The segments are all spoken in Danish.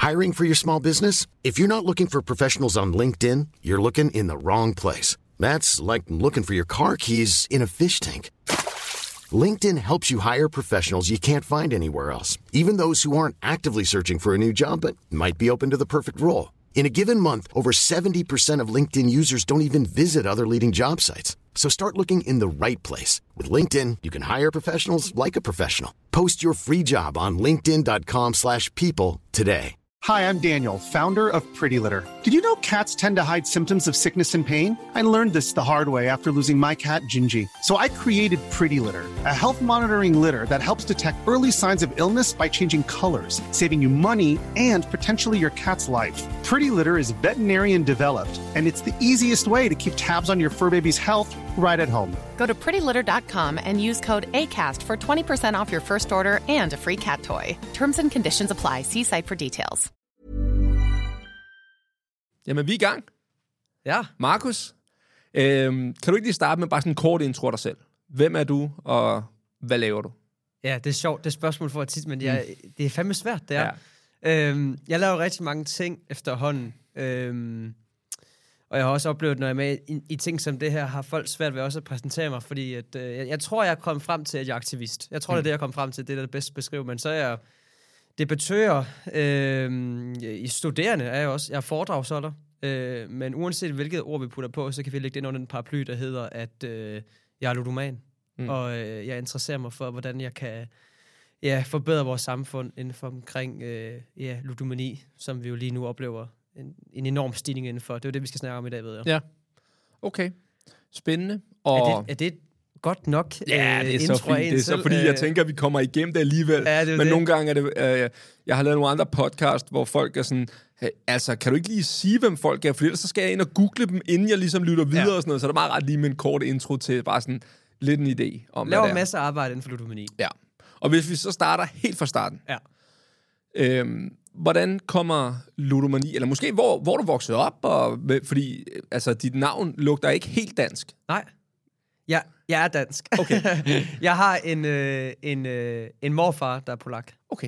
Hiring for your small business? If you're not looking for professionals on LinkedIn, you're looking in the wrong place. That's like looking for your car keys in a fish tank. LinkedIn helps you hire professionals you can't find anywhere else, even those who aren't actively searching for a new job but might be open to the perfect role. In a given month, over 70% of LinkedIn users don't even visit other leading job sites. So start looking in the right place. With LinkedIn, you can hire professionals like a professional. Post your free job on linkedin.com/people today. Hi, I'm Daniel, founder of Pretty Litter. Did you know cats tend to hide symptoms of sickness and pain? I learned this the hard way after losing my cat, Gingy. So I created Pretty Litter, a health monitoring litter that helps detect early signs of illness by changing colors, saving you money and potentially your cat's life. Pretty Litter is veterinarian developed, and it's the easiest way to keep tabs on your fur baby's health right at home. Go to prettylitter.com and use code ACAST for 20% off your first order and a free cat toy. Terms and conditions apply. See site for details. Jamen, vi er i gang. Ja. Markus, kan du ikke lige starte med bare sådan en kort intro af dig selv? Hvem er du, og hvad laver du? Ja, det er sjovt. Det spørgsmål får jeg tit, men det er fandme svært, det er. Ja. Jeg laver rigtig mange ting efterhånden. Og jeg har også oplevet, når jeg er med i ting som det her, har folk svært ved også at præsentere mig, fordi at, jeg tror, jeg er kommet frem til, at jeg er aktivist. Jeg tror, det er det, jeg er kommet frem til. Det er det bedste beskrive, men så er jeg debattør. I studerende er jeg også. Jeg er foredragsholder. Men uanset hvilket ord vi putter på, så kan vi lægge det ind under den paraply, der hedder, at jeg er ludoman. Og jeg interesserer mig for, hvordan jeg kan forbedre vores samfund inden for omkring ludomani, som vi jo lige nu oplever en enorm stigning indenfor. Det er jo det, vi skal snakke om i dag, ved jeg. Ja, okay. Spændende. Og er det godt nok? Ja, det er så fint. Det er så fordi, jeg tænker, at vi kommer igennem det alligevel. Ja, det men nogle gange er det... jeg har lavet nogle andre podcast, hvor folk er sådan... Altså, kan du ikke lige sige, hvem folk er? For ellers så skal jeg ind og google dem, inden jeg ligesom lytter videre og sådan noget. Så er det meget ret lige med en kort intro til bare sådan lidt en idé om, laver en masse arbejde inden for ludomani. Ja. Og hvis vi så starter helt fra starten. Ja. Hvordan kommer ludomani, eller måske hvor du voksede op, fordi altså, dit navn lugter ikke helt dansk. Nej, jeg er dansk. Okay. Jeg har en morfar, der er polak. Okay.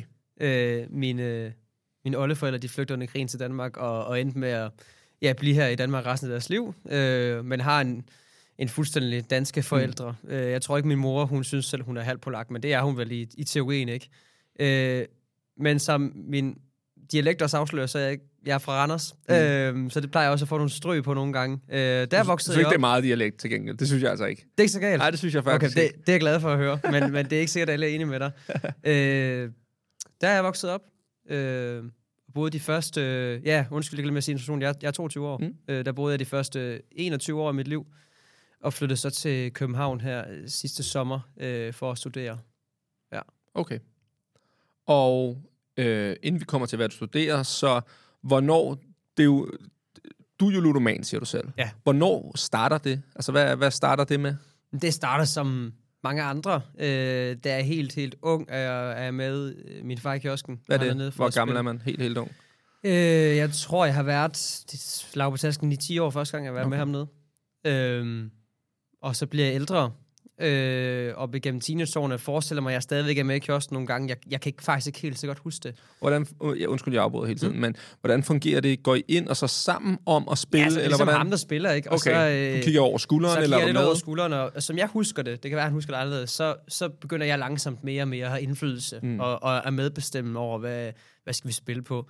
Mine oldeforældre, de flygtede under krigen til Danmark, og endte med at blive her i Danmark resten af deres liv, men har en fuldstændig danske forældre. Jeg tror ikke, min mor, hun synes selv, hun er halv polak, men det er hun vel i teorien, ikke? Men som min dialekt også afslører, så jeg er fra Randers. Så det plejer jeg også at få nogle strø på nogle gange. Der voksede jeg op. Det er meget dialekt til gengæld. Det synes jeg altså ikke. Det er ikke så galt? Nej, det synes jeg faktisk ikke. Det er jeg glad for at høre, men det er ikke sikkert, at alle er enige med dig. Der er jeg vokset op. Boede de første... undskyld, jeg glemte at sige institution. Jeg er 22 år. Der boede jeg de første 21 år af mit liv. Og flyttede så til København her sidste sommer for at studere. Ja. Okay. Og inden vi kommer til, hvad du studerer, så hvornår... Det er jo, du er jo ludoman, siger du selv. Ja. Hvornår starter det? Altså, hvad starter det med? Det starter som mange andre. Da jeg er helt ung, er jeg med min far i kiosken. Hvad er det? Hvor gammel er man? Helt ung? Jeg tror, jeg har været slag på tasken i 10 år første gang, jeg har været med ham nede. Og så bliver jeg ældre. Og igennem teenageårene forestiller mig, at jeg stadigvæk er med i kiosken nogle gange. Jeg kan faktisk ikke helt så godt huske det. Undskyld, jeg afbryder hele tiden, men hvordan fungerer det? Går I ind og så sammen om at spille? Ja, altså, eller hvordan? Ham, der spiller, ikke? Og okay, du kigger over skulderen? Så eller kigger jeg lidt over skulderen, og som jeg husker det kan være, han husker det anderledes, så begynder jeg langsomt mere og mere at have indflydelse, og er medbestemme over, hvad skal vi spille på.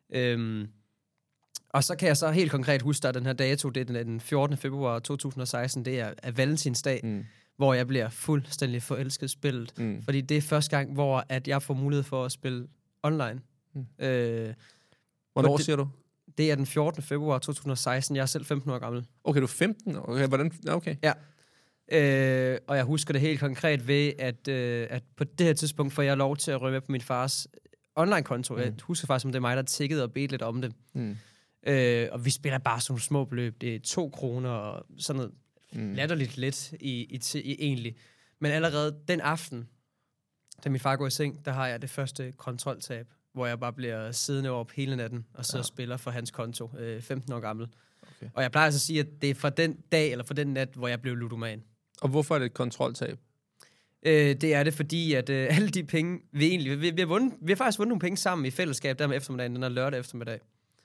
Og så kan jeg så helt konkret huske, at den her dato, det er den 14. februar 2016, det er valentinsdag, hvor jeg bliver fuldstændig forelsket spillet. Fordi det er første gang, hvor at jeg får mulighed for at spille online. Hvornår siger du? Det er den 14. februar 2016. Jeg er selv 15 år gammel. Okay, du er 15? Okay, hvordan? Okay. Ja. Og jeg husker det helt konkret ved, at på det her tidspunkt får jeg lov til at rømme med på min fars online-konto. Jeg husker faktisk, om det er mig, der tikkede og bedte lidt om det. Og vi spiller bare sådan nogle små beløb. Det er 2 kroner og sådan noget latterligt lidt egentlig. Men allerede den aften, da min far går i seng, der har jeg det første kontroltab, hvor jeg bare bliver siddende op hele natten og sidder og spiller for hans konto, 15 år gammel. Okay. Og jeg plejer altså at sige, at det er fra den dag eller fra den nat, hvor jeg blev ludoman. Og hvorfor er det et kontroltab? Det er det, fordi at alle de penge, vi har faktisk vundet nogle penge sammen i fællesskab der med eftermiddagen, den er lørdag eftermiddag.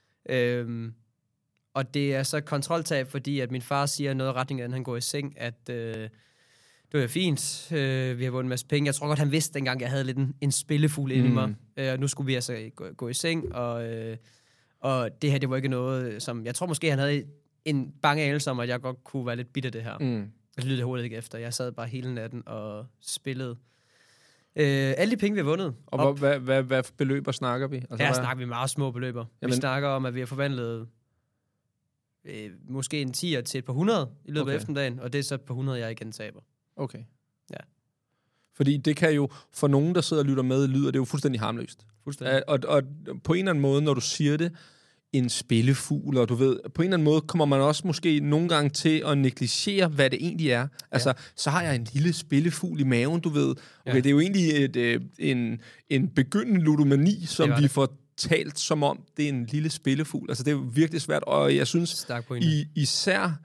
Og det er så kontroltab, fordi at min far siger noget i retning af, at han går i seng, at det var fint, vi har vundet en masse penge. Jeg tror godt, han vidste dengang, jeg havde lidt en spillefugl inde i mig. Og nu skulle vi altså gå i seng, og det her, det var ikke noget, som... Jeg tror måske, han havde en bange anelse om, at jeg godt kunne være lidt bitter det her. Jeg lyttede hovedet ikke efter. Jeg sad bare hele natten og spillede. Alle de penge, vi har vundet. Og hvad beløber snakker vi? Altså, snakker vi meget små beløber. Jamen, vi snakker om, at vi har forvandlet måske en 10'er til et par 100 i løbet af eftermiddagen, og det er så et par 100, jeg igen taber. Okay. Ja. Fordi det kan jo, for nogen, der sidder og lytter med, lyder det jo fuldstændig harmløst. Fuldstændig. Og på en eller anden måde, når du siger det, en spillefugl, og du ved, på en eller anden måde kommer man også måske nogle gange til at negligere, hvad det egentlig er. Altså, så har jeg en lille spillefugl i maven, du ved. Okay, det er jo egentlig en begyndende ludomani, som vi får talt som om, det er en lille spillefugl. Altså, det er jo virkelig svært, og jeg synes, især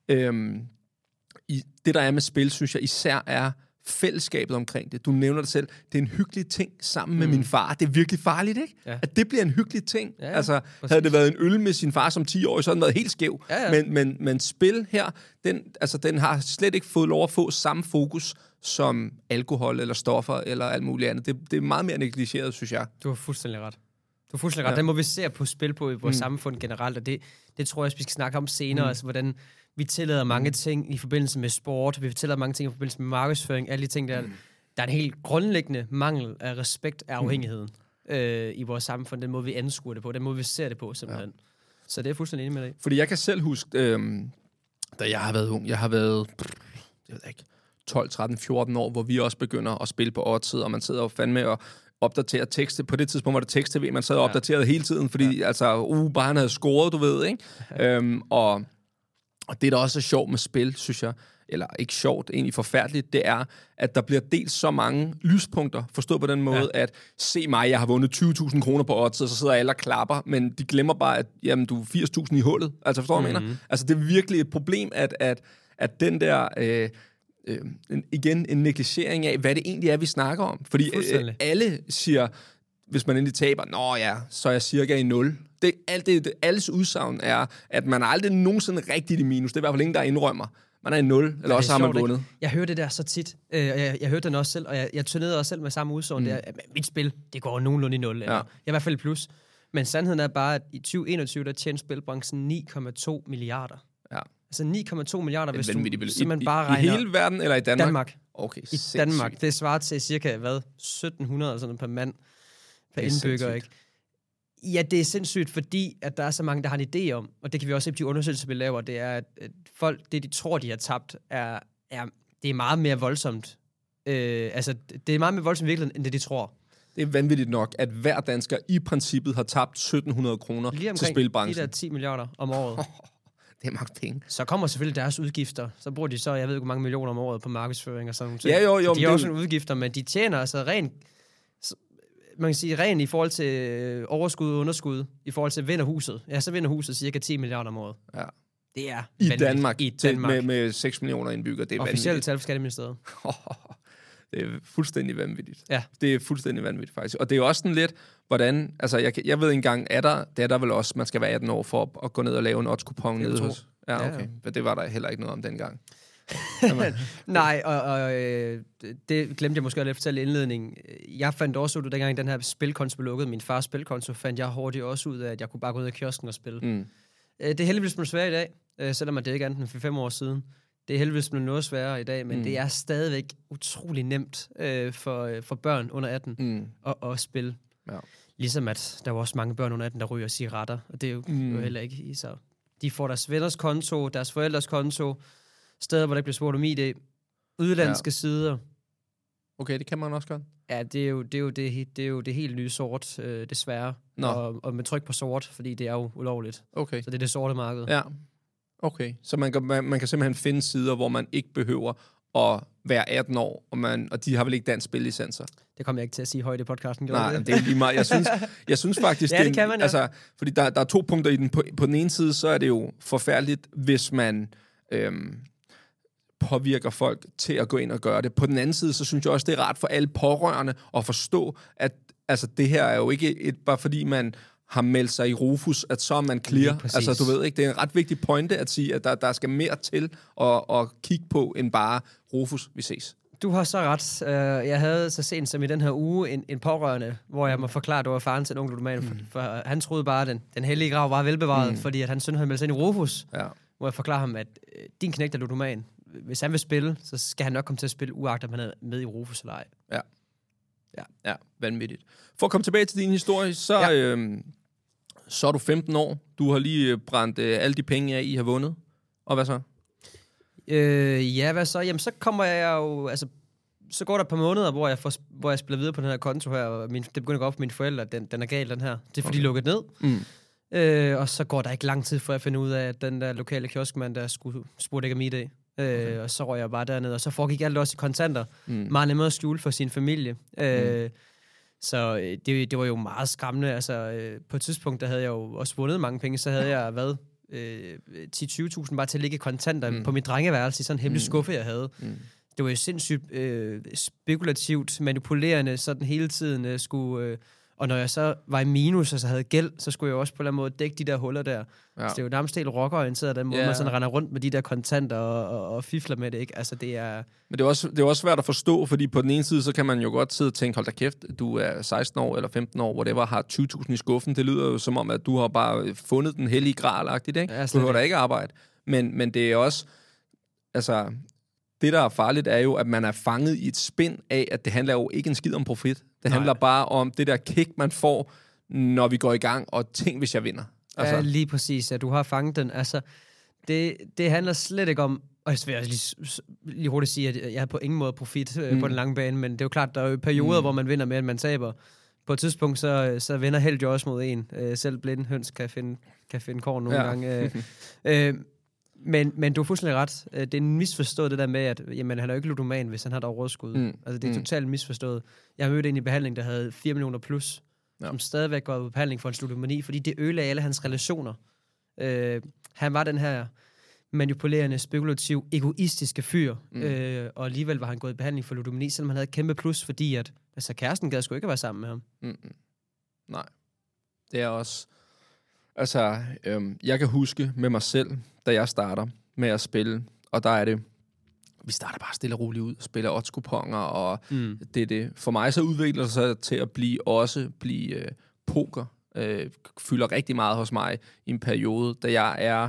det, der er med spil, synes jeg især er fællesskabet omkring det. Du nævner det selv. Det er en hyggelig ting sammen med min far. Det er virkelig farligt, ikke? Ja. At det bliver en hyggelig ting. Ja, altså, havde det været en øl med sin far som 10-årig, så havde den været helt skæv. Ja. Men spil her, den har slet ikke fået lov at få samme fokus som alkohol eller stoffer eller alt muligt andet. Det er meget mere negligeret, synes jeg. Du har fuldstændig ret. Ja. Den må vi se på spil på i vores samfund generelt, og det tror jeg, vi skal snakke om senere, altså hvordan vi tillader mange ting i forbindelse med sport, vi tillader mange ting i forbindelse med markedsføring, alle de ting, der er en helt grundlæggende mangel af respekt af afhængigheden i vores samfund. Den måde, vi anskuer det på, den måde, vi ser det på, simpelthen. Ja. Så det er fuldstændig enig med dig. Fordi jeg kan selv huske, da jeg har været ung, jeg ved ikke, 12, 13, 14 år, hvor vi også begynder at spille på oddset, og man sidder og fandme og opdatere tekste. På det tidspunkt var det tekst-tv, man sad og opdaterede hele tiden, fordi bare han havde scoret, du ved, ikke? Og det, der også er sjovt med spil, synes jeg, eller ikke sjovt, egentlig forfærdeligt, det er, at der bliver delt så mange lyspunkter, forstået på den måde, at se mig, jeg har vundet 20.000 kroner på oddset, så sidder alle og klapper, men de glemmer bare, at jamen, du er 80.000 i hullet. Altså, forstår du, hvad jeg mener? Altså, det er virkelig et problem, at den der... igen en negligering af, hvad det egentlig er, vi snakker om. Fordi alle siger, hvis man endelig taber, så er jeg cirka i 0. Alles udsagn er, at man aldrig nogensinde rigtigt i minus. Det er i hvert fald ingen, der indrømmer. Man er i 0, eller også har man vundet. Jeg hører det der så tit. Jeg hørte den også selv, og jeg turnerede også selv med samme udsagn. Mit spil, det går nogenlunde i 0. Eller, jeg er i hvert fald i plus. Men sandheden er bare, at i 2021, der tjente spilbranchen 9,2 milliarder. Ja. Altså 9,2 milliarder, hvis du simpelthen bare regner... I hele verden, eller i Danmark? Danmark. Okay, i Danmark. Det svarer til cirka, 1700 sådan per mand, per indbygger, ikke? Ja, det er sindssygt, fordi at der er så mange, der har en idé om, og det kan vi også se på de undersøgelser, vi laver, det er, at folk, det de tror, de har tabt, det er meget mere voldsomt. Det er meget mere voldsomt virkelig, end det de tror. Det er vanvittigt nok, at hver dansker i princippet har tabt 1.700 kroner til spilbranchen. De der 10 milliarder om året. Det er mange penge. Så kommer selvfølgelig deres udgifter. Så bruger de så, jeg ved ikke, hvor mange millioner om året på markedsføring og sådan noget. Ja, jo. De har også nogle udgifter, men de tjener altså rent, man kan sige rent i forhold til overskud og underskud, i forhold til vinder huset. Ja, så vinder huset cirka 10 milliarder om året. Ja. Det er i Danmark. I Danmark. Med 6 millioner indbyggere. Det er officielt tal for Skatteministeriet. Det er fuldstændig vanvittigt. Ja. Det er fuldstændig vanvittigt, faktisk. Og det er jo også sådan lidt, hvordan... Altså, jeg ved engang, det er der vel også, man skal være 18 år for at gå ned og lave en odds-kupon nede hos... Ja, okay. Men det var der heller ikke noget om dengang. Nej, og det glemte jeg måske at fortælle i indledningen. Jeg fandt også ud af, dengang den her spilkonto blev lukket, min fars spilkonto, fandt jeg hurtigt også ud af, at jeg kunne bare gå ud af kiosken og spille. Det er heldigvis blevet svært i dag, selvom det ikke er andet end 5 år siden. Det er heldigvis blevet noget sværere i dag, men det er stadigvæk utrolig nemt for børn under 18 at spille. Ja. Ligesom at der er også mange børn under 18, der ryger cigaretter, og det er jo heller ikke i så. De får deres venners konto, deres forældres konto, steder, hvor der ikke bliver spurgt om ID, udlandske sider. Okay, det kan man også godt. Ja, det er jo det helt nye sort, desværre. Og med tryk på sort, fordi det er jo ulovligt. Okay. Så det er det sorte marked. Ja. Okay, så man kan simpelthen finde sider, hvor man ikke behøver at være 18 år, og de har vel ikke dansk spillicenser? Det kommer jeg ikke til at sige højt i podcasten. Nej, det er lige meget. Jeg synes faktisk... ja, det kan man, ja. Altså, fordi der er 2 punkter i den. På den ene side, så er det jo forfærdeligt, hvis man påvirker folk til at gå ind og gøre det. På den anden side, så synes jeg også, det er rart for alle pårørende at forstå, at altså, det her er jo ikke bare fordi man har meldt sig i Rufus, at så er man clear. Altså, du ved ikke, det er en ret vigtig pointe at sige, at der skal mere til at kigge på, end bare Rufus, vi ses. Du har så ret. Jeg havde så sent som i den her uge en pårørende, hvor jeg må forklare, at det var faren til en ung ludoman, for han troede bare, at den hellige grav var velbevaret, fordi at hans søn havde meldt sig ind i Rufus, hvor jeg forklarer ham, at din knægt er ludoman. Hvis han vil spille, så skal han nok komme til at spille, uagtet om han er med i Rufus eller ej. Ja, vanvittigt. For at komme tilbage til din historie, så er du 15 år. Du har lige brændt alle de penge af, I har vundet. Og hvad så? Hvad så? Jamen, så kommer jeg jo... Altså, så går der et par måneder, hvor jeg spiller videre på den her konto her, og det begynder at gå op for mine forældre, den er gal, den her. Det er fordi, de lukket ned. Og så går der ikke lang tid, før jeg finder ud af, at den der lokale kioskmand, der spurgte ikke om ID. Og så røg jeg bare derned, og så foregik alt også i kontanter. Meget nemmere at skjule for sin familie. Så det var jo meget skræmmende. Altså, på et tidspunkt, der havde jeg jo også vundet mange penge, så havde jeg 10-20.000 bare til at ligge kontanter på mit drengeværelse i sådan en hemmelig skuffe, jeg havde. Det var jo sindssygt spekulativt, manipulerende, sådan hele tiden skulle... og når jeg så var i minus, og så havde gæld, så skulle jeg også på en eller anden måde dække de der huller der. Ja. Så det er jo nærmest helt rockerorienteret, den måde, man sådan render rundt med de der kontanter og fifler med det, ikke? Altså, det er... Men det er også svært at forstå, fordi på den ene side, så kan man jo godt sidde og tænke, hold da kæft, du er 16 år eller 15 år, whatever, har 20.000 i skuffen. Det lyder jo som om, at du har bare fundet den hellige gral-agtigt, ikke? Ja, du behøver da ikke arbejde. Men det er også... Altså... Det, der er farligt, er jo, at man er fanget i et spind af, at det handler jo ikke en skid om profit. Det handler bare om det der kick, man får, når vi går i gang, og tænk, hvis jeg vinder. Altså. Ja, lige præcis. Ja, du har fanget den. Altså, det handler slet ikke om... Og jeg vil lige hurtigt sige, at jeg har på ingen måde profit på den lange bane, men det er jo klart, der er jo perioder, hvor man vinder mere, end man taber. På et tidspunkt, så vinder held jo også mod en. Selv blinde høns kan finde korn nogle gange. Men du har fuldstændig ret. Det er misforstået det der med, at jamen, han er jo ikke ludoman, hvis han har et overskud. Altså, det er totalt misforstået. Jeg har mødt en i behandling, der havde 4 millioner plus, som stadigvæk går på behandling for en ludomani, fordi det ødelagde alle hans relationer. Han var den her manipulerende, spekulativ, egoistiske fyr, og alligevel var han gået i behandling for ludomani, selvom han havde et kæmpe plus, fordi at kæresten gad sgu ikke være sammen med ham. Nej. Det er også... Altså, jeg kan huske med mig selv, da jeg starter med at spille, og der er det, vi starter bare stille og roligt ud, spiller odds-kuponer, og det. For mig så udvikler det sig til at blive poker. Fylder rigtig meget hos mig i en periode, da jeg er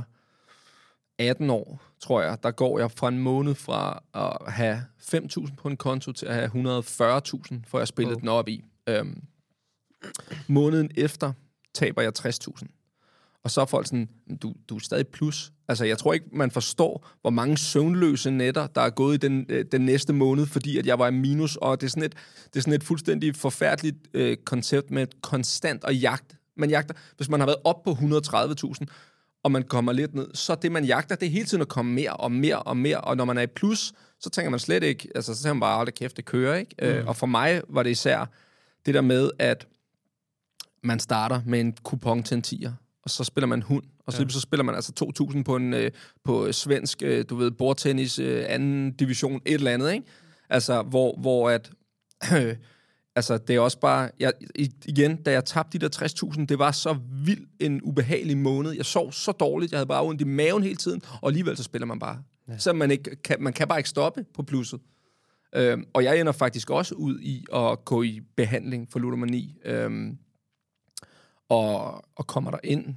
18 år, tror jeg, der går jeg fra en måned fra at have 5.000 på en konto til at have 140.000, for jeg spillede den op i. Måneden efter taber jeg 60.000. Og så er folk sådan, du er stadig plus. Altså, jeg tror ikke, man forstår, hvor mange søvnløse nætter, der er gået i den næste måned, fordi at jeg var i minus, og det er sådan et fuldstændig forfærdeligt koncept med konstant at jagte. Man jagter, hvis man har været op på 130.000, og man kommer lidt ned, så det, man jagter, det er hele tiden at komme mere og mere og mere, og når man er i plus, så tænker man slet ikke, altså, så tænker man bare, hold da kæft, det kører, ikke? Og for mig var det især det der med, at man starter med en kupon til en 10'er, og så spiller man hund, og så spiller man altså 2.000 på svensk, du ved, bordtennis, anden division, et eller andet, ikke? Altså, hvor at... altså, det er også bare... Igen, da jeg tabte de der 60.000, det var så vild en ubehagelig måned. Jeg sov så dårligt, jeg havde bare ondt i maven hele tiden, og alligevel så spiller man bare. Ja. Så man kan bare ikke stoppe på plusset. Og jeg ender faktisk også ud i at gå i behandling for ludomani, og kommer der ind,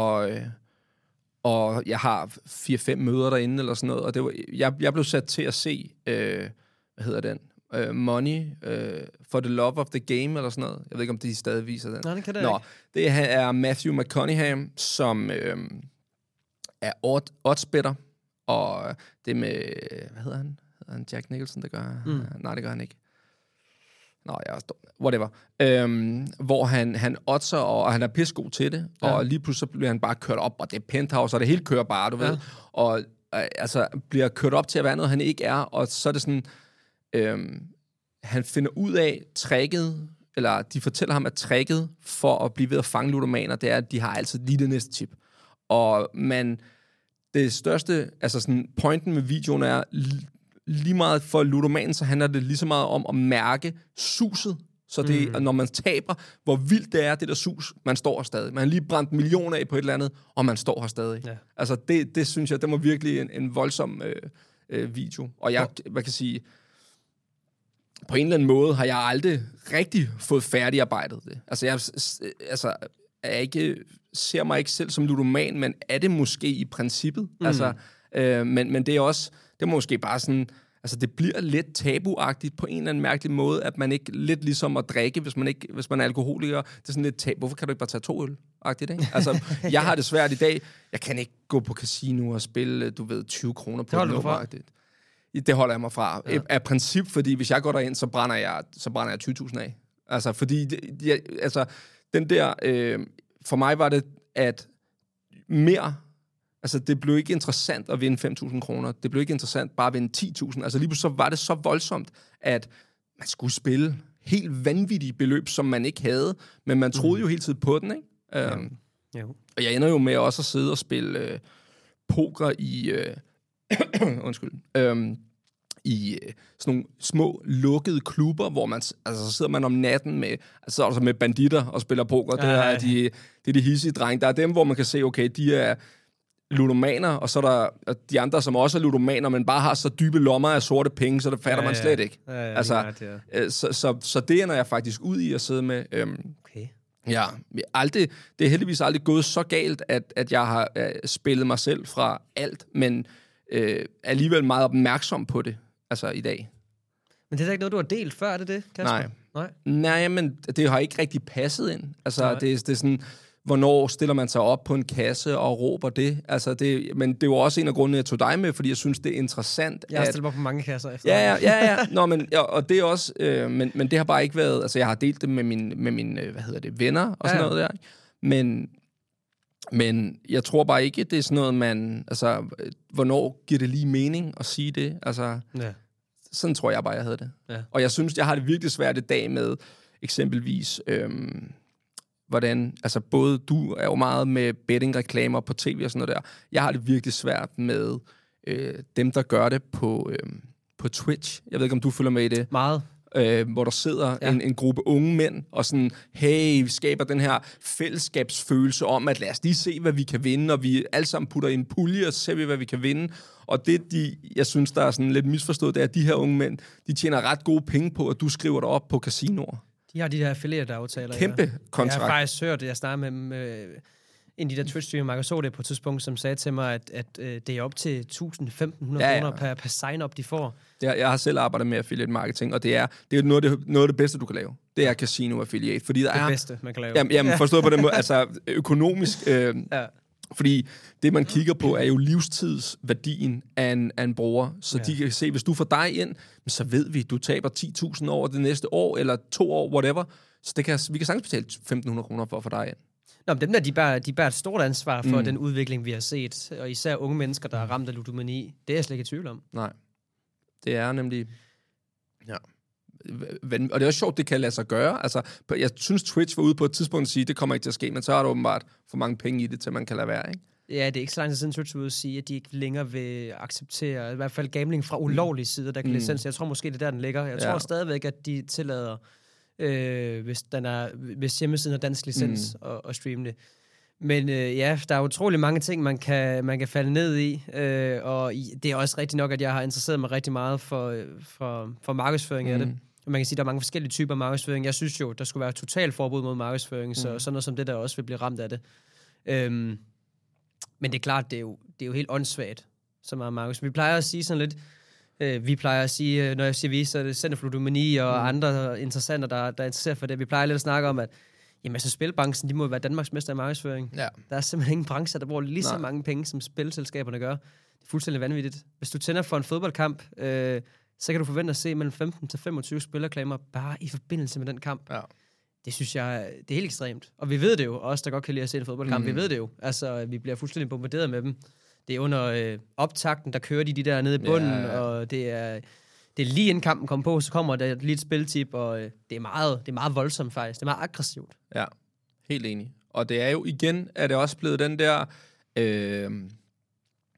og jeg har 4-5 møder derinde, eller sådan noget, og det var, jeg blev sat til at se, hvad hedder den? Money for the Love of the Game, eller sådan noget. Jeg ved ikke, om de stadig viser den. Nej, det kan det ikke. Det er Matthew McConaughey, som er oddsbetter, og det med, hvad hedder han? Hedder han Jack Nicholson, det gør? Nej, det gør han ikke. Whatever. Hvor han oddser, og han er pissegod til det, og lige pludselig bliver han bare kørt op, og det er penthouse, og det hele kører bare, du ved. Og altså bliver kørt op til at være noget, han ikke er, og så er det sådan, han finder ud af tricket, eller de fortæller ham, at tricket for at blive ved at fange ludomaner, det er, at de har altid lige det næste tip. Og det største, altså sådan, pointen med videoen er, lige meget for ludomanen, så handler det lige så meget om at mærke suset. Så det, når man taber, hvor vildt det er, det der sus, man står her stadig. Man har lige brændt millioner af på et eller andet, og man står her stadig. Ja. Altså, det synes jeg, det var virkelig en voldsom video. Og jeg, hvad kan sige, på en eller anden måde har jeg aldrig rigtig fået færdigarbejdet det. Altså, jeg ser mig ikke selv som ludoman, men er det måske i princippet. Altså, men det er også, det er måske bare sådan, altså det bliver lidt tabuagtigt på en eller anden mærkelig måde, at man ikke, lidt ligesom at drikke, hvis man er alkoholiker, det er sådan lidt tabu. Hvorfor kan du ikke bare tage 2 øl-agtigt, ikke? Altså, jeg har det svært i dag. Jeg kan ikke gå på casino og spille, du ved, 20 kroner på et nummer-agtigt. Det holder jeg mig fra. Ja. Af princip, fordi hvis jeg går derind, så brænder jeg 20.000 af. Altså, fordi, den der, for mig var det, at mere, altså det blev ikke interessant at vinde 5.000 kroner. Det blev ikke interessant bare at vinde 10.000. Altså lige pludselig så var det så voldsomt, at man skulle spille helt vanvittige beløb, som man ikke havde, men man troede jo hele tiden på den, ikke? Og jeg ender jo med også at sidde og spille poker i... i sådan nogle små, lukkede klubber, hvor man, altså, så sidder man om natten med banditter og spiller poker. Det er de hissige drenge. Der er dem, hvor man kan se, okay, de er ludomaner, og så er der de andre, som også er ludomaner, men bare har så dybe lommer af sorte penge, så det fatter man slet ikke. Så det ender jeg faktisk ud i at sidde med. Okay. Ja, det er heldigvis aldrig gået så galt, at jeg har spillet mig selv fra alt, men alligevel meget opmærksom på det, altså i dag. Men det er da ikke noget, du har delt før, er det, Kasper? Nej, men det har ikke rigtig passet ind. Altså, det er sådan, hvornår stiller man sig op på en kasse og råber det? Altså, men det er jo også en af grundene, jeg tog dig med, fordi jeg synes, det er interessant. Jeg har stillet mig på mange kasser efter. Ja. Nå, men, og det er også, men det har bare ikke været, altså jeg har delt det med mine venner og sådan noget der. Men jeg tror bare ikke, det er sådan noget, man... Altså, hvornår giver det lige mening at sige det? Altså, sådan tror jeg bare, jeg havde det. Ja. Og jeg synes, jeg har det virkelig svært i dag med eksempelvis... hvordan... Altså, både du er jo meget med betting-reklamer på tv og sådan noget der. Jeg har det virkelig svært med dem, der gør det på Twitch. Jeg ved ikke, om du følger med i det. Meget. Hvor der sidder en gruppe unge mænd, og sådan, hey, vi skaber den her fællesskabsfølelse om, at lad os lige se, hvad vi kan vinde, og vi alle sammen putter i en pulje, og så ser vi, hvad vi kan vinde. Og det, jeg synes, der er sådan lidt misforstået, det er, at de her unge mænd, de tjener ret gode penge på, at du skriver dig op på casinoer. De har de der affiliate-aftaler. Kæmpe kontrakt. Jeg har faktisk hørt, jeg snakkede med en af de der Twitch-streamer, jeg så det på et tidspunkt, som sagde til mig, at det er op til 1.000-1.500 kroner per sign-up, de får. Jeg har selv arbejdet med affiliate marketing, og det er noget af det bedste, du kan lave. Det er casino affiliate, fordi der det bedste, man kan lave. Jamen forstået på den måde, altså økonomisk... Fordi det, man kigger på, er jo livstidsværdien af en bruger. Så de kan se, hvis du får dig ind, så ved vi, du taber 10.000 over det næste år, eller 2 år, whatever. Så vi kan sagtens betale 1.500 kroner for at få dig ind. Nå, men dem der, de bærer et stort ansvar for den udvikling, vi har set. Og især unge mennesker, der er ramt af ludomani. Det er jeg slet ikke i tvivl om. Nej. Det er nemlig... Ja. Og det er også sjovt, det kan lade sig gøre. Altså, jeg synes, Twitch var ude på et tidspunkt at sige, det kommer ikke til at ske, men så er der åbenbart for mange penge i det, til man kan lade være, ikke? Ja, det er ikke så lang tid siden Twitch var ude at sige, at de ikke længere vil acceptere, i hvert fald gambling fra ulovlige sider, der kan licens. Jeg tror måske, det er der, den ligger. Jeg tror stadigvæk, at de tillader, hvis hjemmesiden har dansk licens, og streame det. Men der er utrolig mange ting, man kan falde ned i, og det er også rigtigt nok, at jeg har interesseret mig rigtig meget for markedsføring af det. Man kan sige, at der er mange forskellige typer markedsføring. Jeg synes jo, der skulle være totalt forbud mod markedsføring, så sådan noget som det der også vil blive ramt af det. Men det er klart, det er jo helt åndssvagt, så meget markedsføring. Vi plejer at sige sådan lidt, når jeg siger vi, så er det Center for Ludomani og andre interessenter, der er interesseret for det. Vi plejer lidt at snakke om, at jamen, altså spilbranchen, de må være Danmarks mester i markedsføring. Ja. Der er simpelthen ingen branche, der bruger lige så mange penge, som spilselskaberne gør. Det er fuldstændig vanvittigt. Hvis du tænder for en fodboldkamp, så kan du forvente at se mellem 15 til 25 spilreklamer bare i forbindelse med den kamp. Ja. Det synes jeg, det er helt ekstremt. Og vi ved det jo, os der godt kan lide at se en fodboldkamp, vi ved det jo. Altså, vi bliver fuldstændig bombarderet med dem. Det er under optakten, der kører de der nede i bunden, og det er lige inden kampen kommer på, så kommer der lige et spiltip, og det er meget voldsomt faktisk. Det er meget aggressivt. Ja, helt enig. Og det er jo igen, er det også blevet den der...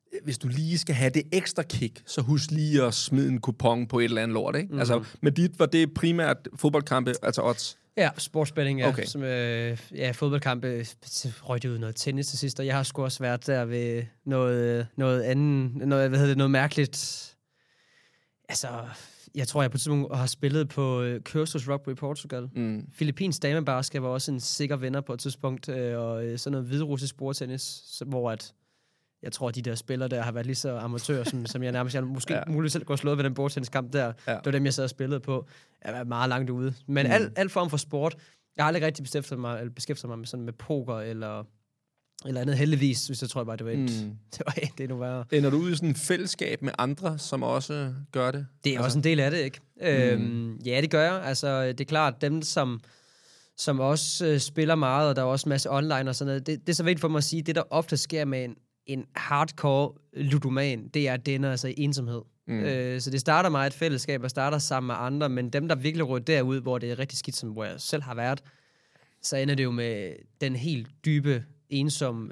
hvis du lige skal have det ekstra kick, så husk lige at smide en kupon på et eller andet lort, ikke? Altså, med dit var det primært fodboldkampe, altså odds? Ja, sportsbetting, ja. Okay. Som, fodboldkampe, røg det ud noget tennis til sidst, og jeg har sgu også været der ved noget andet, noget mærkeligt. Altså, jeg tror, jeg på et tidspunkt har spillet på Cursus Rugby i Portugal. Filippins damebasket var også en sikker vinder på et tidspunkt, og sådan noget hviderussisk bordtennis, hvor at jeg tror, at de der spillere der har været lige så amatører, som jeg nærmest... Jeg måske muligt selv går slået ved den bordtenniskamp der. Ja. Det var dem, jeg sad og spillede på. Jeg var meget langt ude. Men alt form for sport. Jeg har aldrig rigtig beskæftiget mig med poker eller andet. Heldigvis, hvis jeg tror bare, det var det er nu værre. Ender du ud i sådan et fællesskab med andre, som også gør det? Det er også en del af det, ikke? Ja, det gør jeg. Altså, det er klart, dem, som også spiller meget, og der er også en masse online og sådan noget. Det er så vigtigt for mig at sige, det der ofte sker med en hardcore ludoman, det er den altså i ensomhed. Så det starter meget et fællesskab, og starter sammen med andre, men dem, der virkelig rører derud, hvor det er rigtig skidt, som hvor jeg selv har været, så ender det jo med den helt dybe, ensom,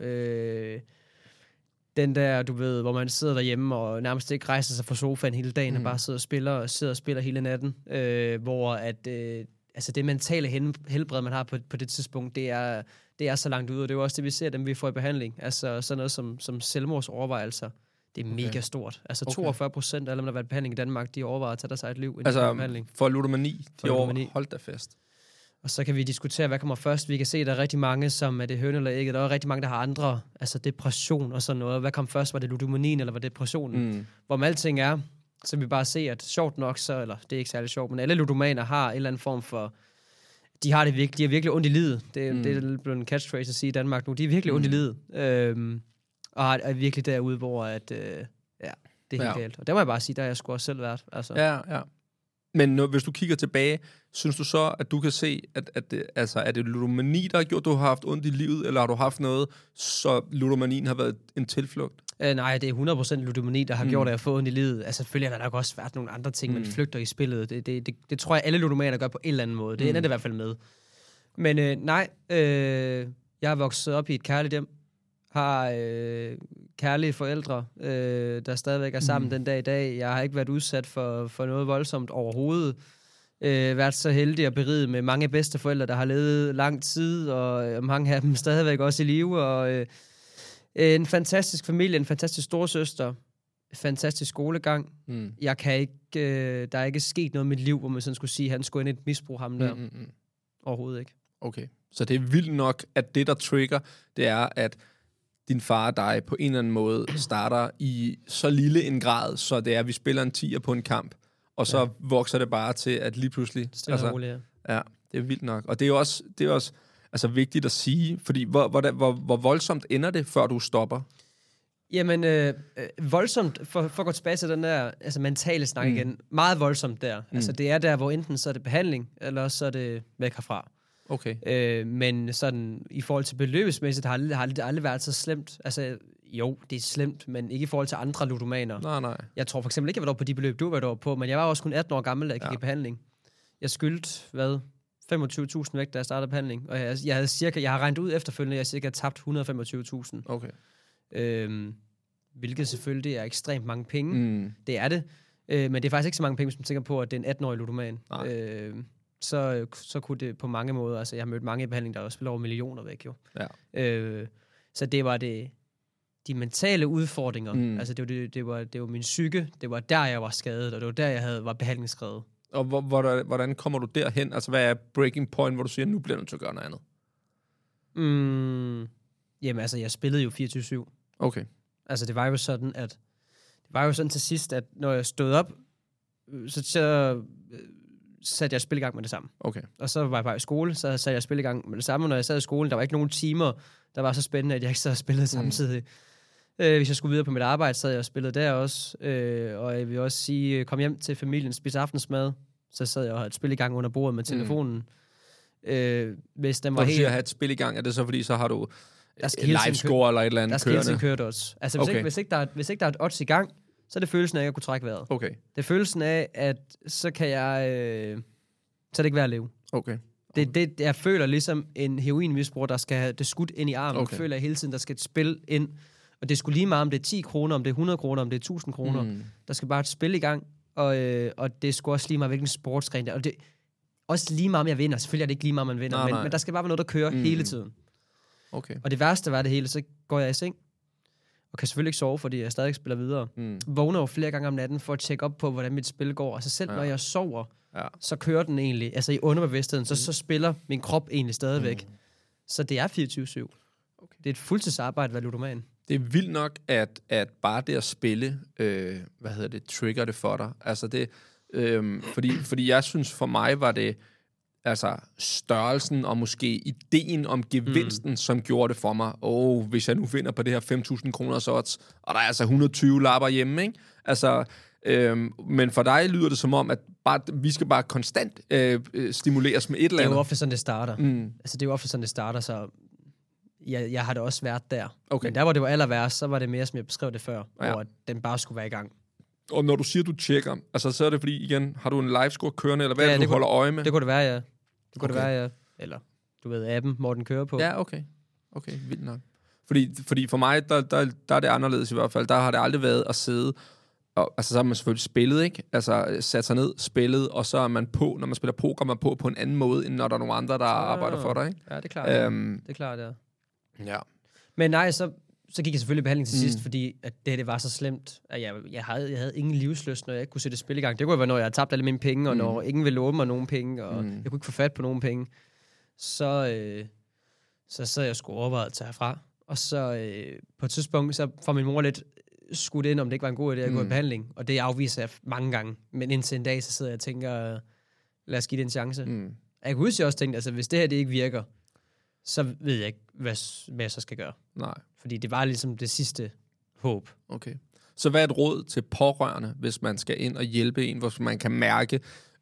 den der, du ved, hvor man sidder derhjemme og nærmest ikke rejser sig fra sofaen hele dagen, og bare sidder og spiller hele natten, hvor at altså det mentale helbred, man har på det tidspunkt, det er så langt ude, og det er jo også det, vi ser, dem vi får i behandling. Altså sådan noget som selvmordsovervejelser. Det er mega stort. Altså 42% af alle, der har været i behandling i Danmark, de overvejer at tage deres eget liv. Altså for ludomani, holdt der fast. Og så kan vi diskutere, hvad kommer først. Vi kan se, at der er rigtig mange, som er det høne eller ikke. Der er rigtig mange, der har andre, altså depression og sådan noget. Hvad kom først? Var det ludomanien, eller var det depressionen? Hvor med alting er, så vi bare se, at sjovt nok så, eller det er ikke særlig sjovt, men alle ludomaner har en eller anden form for, de har virkelig ondt i livet. Det er blevet en catchphrase at sige i Danmark nu. De er virkelig ondt i livet. Og er virkelig derude, hvor at, det er helt galt. Og der må jeg bare sige, der har jeg sgu også selv været. Altså. Ja. Men hvis du kigger tilbage, synes du så, at du kan se, at det, altså, er det ludomani, der har gjort, at du har haft ondt i livet, eller har du haft noget, så ludomanien har været en tilflugt? Nej, det er 100% ludomani, der har gjort, at jeg har fået ondt i livet. Altså selvfølgelig har der nok også været nogle andre ting, man flygter i spillet. Det tror jeg, alle ludomaner gør på en eller anden måde. Det ender det i hvert fald med. Men jeg har vokset op i et kærligt hjem, har kærlige forældre, der stadigvæk er sammen den dag i dag. Jeg har ikke været udsat for noget voldsomt overhovedet. Været så heldig at beride med mange bedsteforældre, der har levet lang tid, og mange af dem stadigvæk også i live. Og en fantastisk familie, en fantastisk storesøster, fantastisk skolegang. Jeg kan ikke, der er ikke sket noget i mit liv, hvor man sådan skulle sige, at han skulle ind i et misbrug, ham der. Overhovedet ikke. Okay, så det er vildt nok, at det, der trigger, det er, at din far og dig på en eller anden måde starter i så lille en grad, så det er, at vi spiller en 10'er på en kamp, og så vokser det bare til, at lige pludselig... Ja, det er vildt nok. Og det er også altså, vigtigt at sige, fordi hvor voldsomt ender det, før du stopper? Jamen, voldsomt, for at gå tilbage til den der altså mentale snak igen, meget voldsomt der. Altså, det er der, hvor enten så er det behandling, eller så er det væk herfra. Okay. Men sådan, i forhold til beløbsmæssigt, har det aldrig været så slemt. Altså, jo, det er slemt, men ikke i forhold til andre ludomaner. Nej. Jeg tror for eksempel ikke, jeg var på de beløb, du var deroppe på, men jeg var også kun 18 år gammel, da jeg gik i behandling. Jeg skyldte, 25.000 væk, da jeg startede behandling. Og jeg har regnet ud efterfølgende, at jeg cirka tabt 125.000. Okay. Hvilket selvfølgelig er ekstremt mange penge. Det er det. Men det er faktisk ikke så mange penge, hvis man tænker på, at det er en 18-årig ludoman. Så kunne det på mange måder, altså jeg har mødt mange i behandling, der også spiller over millioner væk jo. Ja. Så det var de mentale udfordringer, altså det var min psyke, det var der, jeg var skadet, og det var der, var behandlingsskrevet. Og hvordan kommer du derhen? Altså hvad er breaking point, hvor du siger, nu bliver du nødt til at gøre noget andet? Jamen altså, jeg spillede jo 24/7. Okay. Altså det var jo sådan til sidst, at når jeg stod op, så satte jeg spil i gang med det samme. Okay. Og så var jeg bare i skole, så satte jeg spil i gang med det samme. Når jeg sad i skolen, der var ikke nogen timer, der var så spændende, at jeg ikke sad og spillede samtidig. Hvis jeg skulle videre på mit arbejde, så havde jeg spillet der også. Og jeg vil også sige, kom hjem til familien, spise aftensmad, så sad jeg og havde et spil i gang under bordet med telefonen. Hvis den var helt... Når du siger at have et spil i gang, er det så fordi, så har du livescore eller et eller andet kørende? Der skal hele tiden køre det også. Altså hvis ikke der er et odds i gang, så er det følelsen af, at jeg kunne trække vejret. Okay. Det er følelsen af, at så kan jeg... så er det ikke værd at leve. Okay. Jeg føler ligesom en heroinmisbruger, der skal have det skudt ind i armen. Okay. Jeg føler hele tiden, der skal et spil ind Og det skulle lige meget, om det er 10 kroner, om det er 100 kroner, om det er 1000 kroner. Der skal bare et spil i gang, og det skulle også lige meget, hvilken sportsgren der. Og det også lige meget, om jeg vinder. Selvfølgelig er det ikke lige meget, man vinder, men der skal bare være noget, der kører hele tiden. Okay. Og det værste var det hele, så går jeg i seng, og kan selvfølgelig ikke sove, fordi jeg stadig spiller videre. Vågner jo flere gange om natten for at tjekke op på, hvordan mit spil går. Altså selv når jeg sover, så kører den egentlig, altså i underbevidstheden, så spiller min krop egentlig stadigvæk. Så det er 24/7. Okay. Det er et fuldtidsarbejde at være ludoman. Det er vildt nok, at bare det at spille, trigger det for dig. Altså det, fordi jeg synes, for mig var det altså størrelsen og måske ideen om gevinsten, som gjorde det for mig. Hvis jeg nu vinder på det her 5.000 kroners odds, og der er altså 120 lapper hjemme, ikke? Altså, men for dig lyder det som om, at vi skal bare konstant stimuleres med et eller andet. Det er jo ofte sådan, det starter. Altså, det er jo ofte sådan, det starter, så jeg har da også været der. Okay. Men der, hvor det var aller værst, så var det mere, som jeg beskrev det før, hvor den bare skulle være i gang. Og når du siger, du tjekker, altså så er det fordi, igen, har du en livescore kørende, eller hvad du holder øje med? Det kunne det være, ja. Det kunne det være, ja. Eller, du ved, appen, hvor den kører på. Ja, okay. Okay, vildt nok. Fordi for mig, der er det anderledes i hvert fald. Der har det aldrig været at sidde, og, altså så har man selvfølgelig spillet, ikke? Altså sat sig ned, spillet, og så er man på, når man spiller poker, man på en anden måde, end når der er nogle andre, der arbejder for dig, ikke? Ja, det er klart. Det er klart, ja. Ja. Men nej, så gik jeg selvfølgelig i behandling til sidst, fordi at det var så slemt, at jeg havde ingen livslyst, når jeg ikke kunne sætte spil i gang. Det kunne være, når jeg havde tabt alle mine penge, og når ingen ville låne mig nogen penge, og jeg kunne ikke få fat på nogen penge. Så sad jeg sgu overvejet at tage herfra. Og så på et tidspunkt, så får min mor lidt skudt ind, om det ikke var en god idé at gå i behandling. Og det afviser jeg mange gange. Men indtil en dag, så sidder jeg og tænker, lad os give det en chance. Jeg kunne huske, jeg også tænkte, altså hvis det her det ikke virker, så ved jeg ikke, hvad jeg så skal gøre. Nej. Fordi det var ligesom det sidste håb. Okay. Så hvad er et råd til pårørende, hvis man skal ind og hjælpe en, hvor man kan mærke,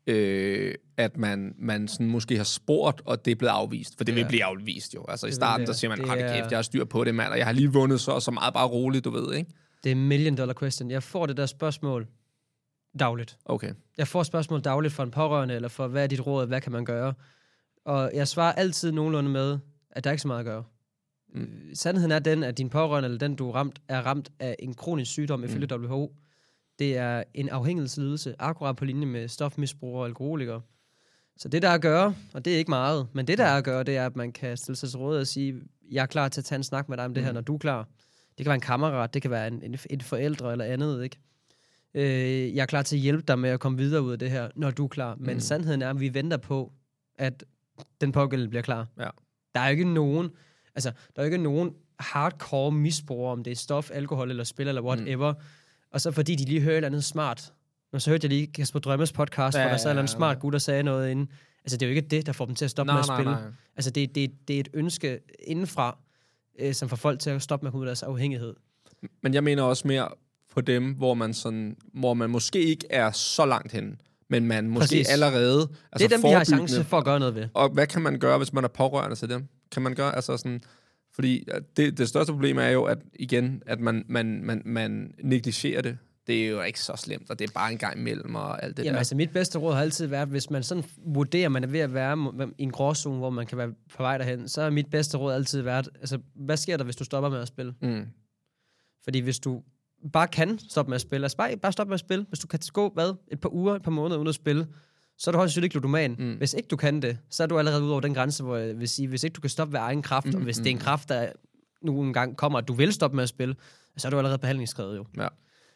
at man sådan måske har spurgt, og det er blevet afvist? For det vil blive afvist jo. Altså i starten, der siger man, kæft, jeg har styr på det, mand, og jeg har lige vundet så meget, bare roligt, du ved, ikke? Det er $1 million question. Jeg får det der spørgsmål dagligt. Okay. Jeg får spørgsmål dagligt fra en pårørende, eller for, hvad er dit råd, hvad kan man gøre? Og jeg svarer altid nogenlunde med, at der er ikke så meget at gøre. Sandheden er den, at din pårørende, eller den du er ramt af en kronisk sygdom ifølge WHO. Det er en afhængighedslidelse, akkurat på linje med stofmisbrugere og alkoholikere. Så det der er at gøre, og det er ikke meget, men det der er at gøre, det er, at man kan stille sig til råd og sige, jeg er klar til at tage en snak med dig om det her, når du er klar. Det kan være en kammerat, det kan være en forældre eller andet, ikke? Jeg er klar til at hjælpe dig med at komme videre ud af det her, når du er klar. Men sandheden er, at vi venter på, at den pågældende bliver klar. Ja. Der er jo ikke nogen hardcore misbrugere, om det er stof, alkohol eller spil eller whatever. Og så fordi de lige hører et eller andet smart. Når så hørte jeg lige Kasper Drømmes podcast, hvor der sad en smart gut, der sagde noget inden. Altså det er jo ikke det, der får dem til at stoppe med at spille. Nej. Altså det er et ønske indenfra, som får folk til at stoppe med at komme ud af deres afhængighed. Men jeg mener også mere på dem, hvor man måske ikke er så langt henne, men man måske allerede... Altså det er dem, vi har chance for at gøre noget ved. Og hvad kan man gøre, hvis man er pårørende til dem? Kan man gøre, altså sådan... Fordi det største problem er jo, at igen, at man negligerer det. Det er jo ikke så slemt, og det er bare en gang imellem og alt det der. Altså mit bedste råd har altid været, hvis man sådan vurderer, man er ved at være i en gråzone, hvor man kan være på vej derhen, så er mit bedste råd altid været, altså hvad sker der, hvis du stopper med at spille? Fordi hvis du bare kan stoppe med at spille, altså bare stoppe med at spille, hvis du kan gå, et par uger, et par måneder uden at spille, så er du højst sandsynligt ikke ludoman. Hvis ikke du kan det, så er du allerede ud over den grænse, hvor jeg vil sige, hvis ikke du kan stoppe ved egen kraft, og hvis det er en kraft, der nogle gange kommer, at du vil stoppe med at spille, så er du allerede behandlingsskrevet jo. Ja.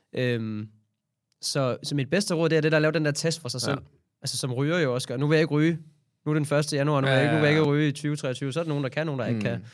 Så mit bedste råd, det er det der at lave den der test for sig selv. Altså som ryger jo også gør. Nu vil jeg ikke ryge. Nu er den 1. januar, nu vil jeg ikke ryge i 2023. Så er der nogen, der kan, nogen, der ikke kan.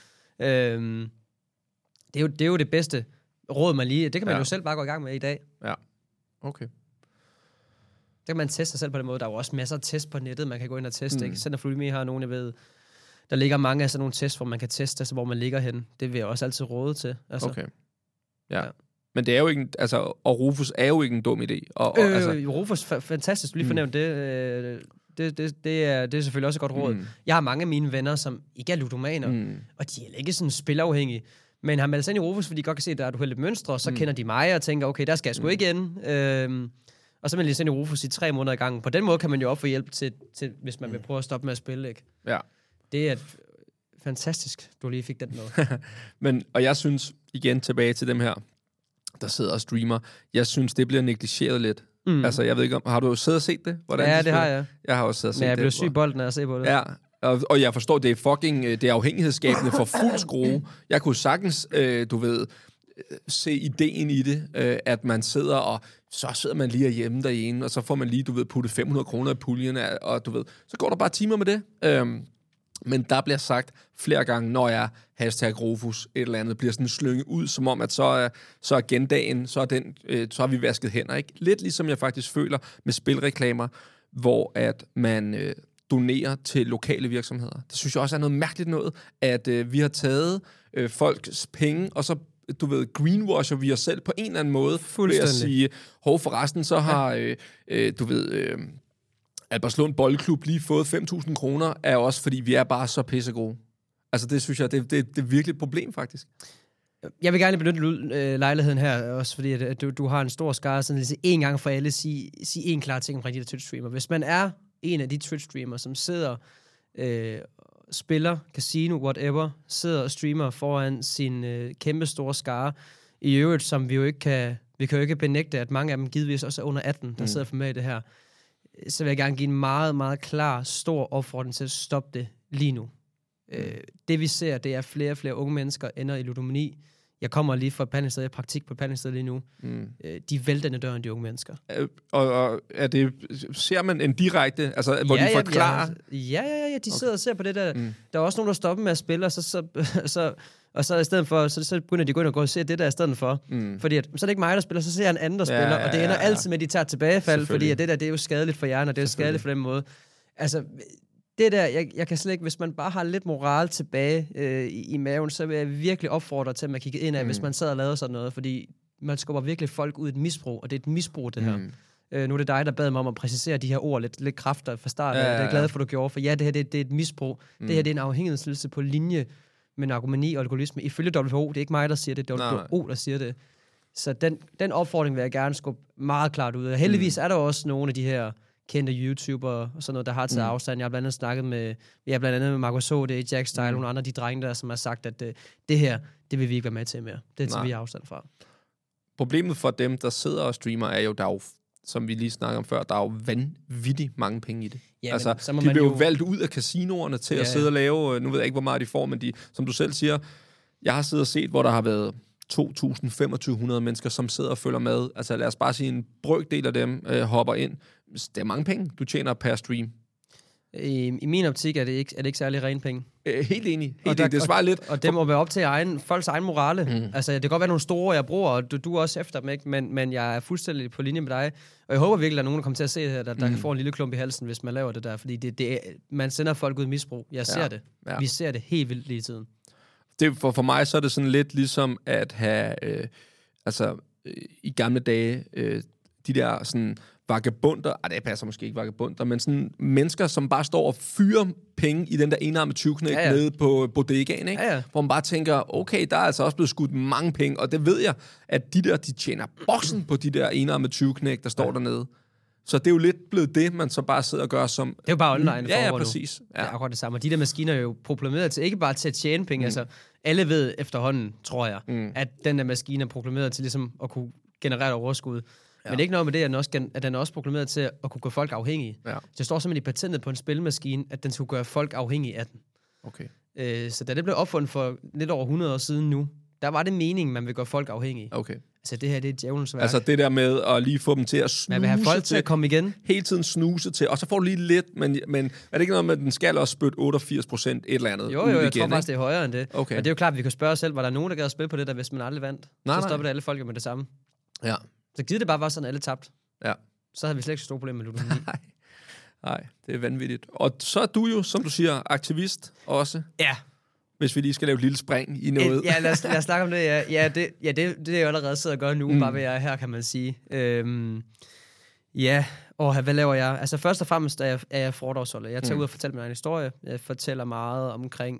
Det er jo det bedste råd, man lige... Det kan man jo selv bare gå i gang med i dag. Ja, okay. Der kan man teste sig selv på den måde. Der er jo også masser af test på nettet, man kan gå ind og teste. Ikke? Center for Fluidemi har nogen, jeg ved... Der ligger mange af sådan nogle tests, hvor man kan teste, altså, hvor man ligger henne. Det vil jeg også altid råde til. Altså. Okay. Ja. Men det er jo ikke... Altså, og Rufus er jo ikke en dum idé. Rufus, fantastisk, du lige fornævnt det. Det er selvfølgelig også et godt råd. Jeg har mange af mine venner, som ikke er ludomaner, og de er ikke sådan spilafhængige, men har meldt sig ind i Rufus, fordi de godt kan se, at der er et uheldigt mønstre, og så kender de mig og tænker, okay, der skal jeg sgu ikke ind. Og så melder de sig ind i Rufus i 3 måneder i gang. På den måde kan man jo også få hjælp til hvis man vil prøve at stoppe med at spille, ikke? Ja. Det er et fantastisk, du lige fik den med. Og jeg synes, igen tilbage til dem her, der sidder og streamer, jeg synes, det bliver negligeret lidt. Altså, jeg ved ikke om... Har du siddet og set det? Ja, det har jeg. Jeg har også siddet og set det. Men jeg blev syg bolden af at se på det. Ja, og jeg forstår, det er fucking... Det er afhængighedsskabende for fuld skrue. Jeg kunne sagtens, se ideen i det, at man sidder og... Så sidder man lige hjemme derhjemme, og så får man lige, puttet 500 kroner i puljen, og så går der bare timer med det. Men der bliver sagt flere gange, når jeg #Rufus et eller andet bliver sådan slynget ud, som om, at så er gendagen, så har vi vasket hænder, ikke? Lidt ligesom jeg faktisk føler med spilreklamer, hvor at man donerer til lokale virksomheder. Det synes jeg også er noget mærkeligt noget, at vi har taget folks penge, og så greenwasher vi os selv på en eller anden måde, ved at sige, forresten, så har, Albertslund Boldklub lige fået 5.000 kroner, er også fordi, vi er bare så pissegode. Altså, det synes jeg, det er virkelig et problem, faktisk. Jeg vil gerne benytte lejligheden her, også fordi at du har en stor skare, sådan lige en gang for alle, sige en klar ting omkring de der Twitch-streamer. Hvis man er en af de Twitch-streamer, som sidder, spiller, casino, whatever, sidder og streamer foran sin kæmpe store skare, i øvrigt, som vi kan jo ikke benægte, at mange af dem givetvis også er under 18, der sidder for med i det her, så vil jeg gerne give en meget, meget klar, stor opfordring til at stoppe det lige nu. Det vi ser, det er flere og flere unge mennesker ender i ludomani. Jeg kommer lige fra et behandlingssted, jeg er praktik på et behandlingssted lige nu. De vælter den døren, de unge mennesker. Og er det, ser man en direkte, altså hvor de forklarer? Ja, de sidder og ser på det der. Der er også nogen, der stopper med at spille, og så i stedet for, så begynder de at gå ind og gå og se det der i stedet for. Fordi så er det ikke mig, der spiller, så ser jeg en anden, der spiller, og det ender altid med, at de tager tilbagefald, fordi at det der, det er jo skadeligt for hjernen, og det er skadeligt for den måde. Altså, det der, jeg kan slet ikke, hvis man bare har lidt moral tilbage i maven, så vil jeg virkelig opfordre til, at man kigger ind af, hvis man sad og lavede sådan noget, fordi man skubber virkelig folk ud i et misbrug, og det er et misbrug, det her. Nu er det dig, der bad mig om at præcisere de her ord lidt kraftigere fra starten, og det er jeg glad for, du gjorde, for ja, det her det er et misbrug. Det her det er en afhængighedslidelse på linje med narkomani og alkoholisme. Ifølge WHO, det er ikke mig, der siger det, det er WHO, der siger det. Så den opfordring vil jeg gerne skubbe meget klart ud. Heldigvis er der også nogle af de her kendte YouTubere og sådan noget, der har taget afstand. Jeg har blandt andet snakket med Marcus H., det er Jack Style, nogle andre de drenge der, som har sagt, at det her, det vil vi ikke være med til mere. Det tager vi afstand fra. Problemet for dem, der sidder og streamer, er jo, der er jo, som vi lige snakkede om før, der er jo vanvittigt mange penge i det. Ja, altså, de bliver jo valgt ud af casinoerne til at sidde og lave, nu ved jeg ikke, hvor meget de får, men de, som du selv siger, jeg har siddet og set, hvor der har været 2.000-2.500 mennesker, som sidder og følger med. Altså lad os bare sige, en brøkdel af dem hopper ind. Det er mange penge, du tjener per stream. I min optik er det ikke særlig rene penge. Helt enig. Det svarer lidt. Og det må være op til folks egen morale. Altså, det kan godt være nogle store, jeg bruger, og du er også efter dem, ikke? Men jeg er fuldstændig på linje med dig. Og jeg håber virkelig, at nogen, der kommer til at se det her, der kan få en lille klump i halsen, hvis man laver det der. Fordi man sender folk ud i misbrug. Jeg ser det. Ja. Vi ser det helt vildt lige i tiden. For mig så er det sådan lidt ligesom at have, i gamle dage, de der sådan vagabunder, det passer måske ikke vagabunder, men sådan mennesker, som bare står og fyrer penge i den der enarmede tyvknægt nede på bodegaen, ikke? Ja. Hvor man bare tænker, okay, der er altså også blevet skudt mange penge, og det ved jeg, at de tjener boksen på de der enarmede tyvknægt, der står dernede. Så det er jo lidt blevet det, man så bare sidder og gør som... Det er jo bare online. Ja, præcis. Ja. Det er akkurat det samme. Og de der maskiner er jo proklameret til, ikke bare til at tjene penge, altså alle ved efterhånden, tror jeg, at den der maskine er proklameret til ligesom at kunne generere overskud. Ja. Men ikke noget med det, at den er også proklameret til at kunne gøre folk afhængige. Ja. Det står simpelthen i patentet på en spilmaskine, at den skulle gøre folk afhængige af den. Okay. Så da det blev opfundet for lidt over 100 år siden nu, der var det meningen, man vil gøre folk afhængige. Okay. Altså det her, det er djævelens værk. Altså det der med at lige få dem til at snuse. Man vil have folk til at komme igen. Hele tiden snuse til, og så får du lige lidt, men er det ikke noget med, at den skal også spytte 88% et eller andet? Jo, jeg tror faktisk, det er højere end det. Okay. Og det er jo klart, at vi kan spørge os selv, var der nogen, der gad at spille på det der, hvis man aldrig vandt? Så stoppede alle folk med det samme. Ja. Så givet det bare var sådan, alle tabt. Ja. Så havde vi slet ikke så store problemer med ludomani. Nej, det er vanvittigt. Og så er du jo, som du siger, aktivist også. Ja. Hvis vi lige skal lave et lille spring i noget. Ja, lad os snakke om det. Det er jo allerede siddet og gøre nu, bare ved jeg her, kan man sige. Hvad laver jeg? Altså først og fremmest er jeg foredragsholder. Jeg tager ud og fortæller min egen historie. Jeg fortæller meget omkring,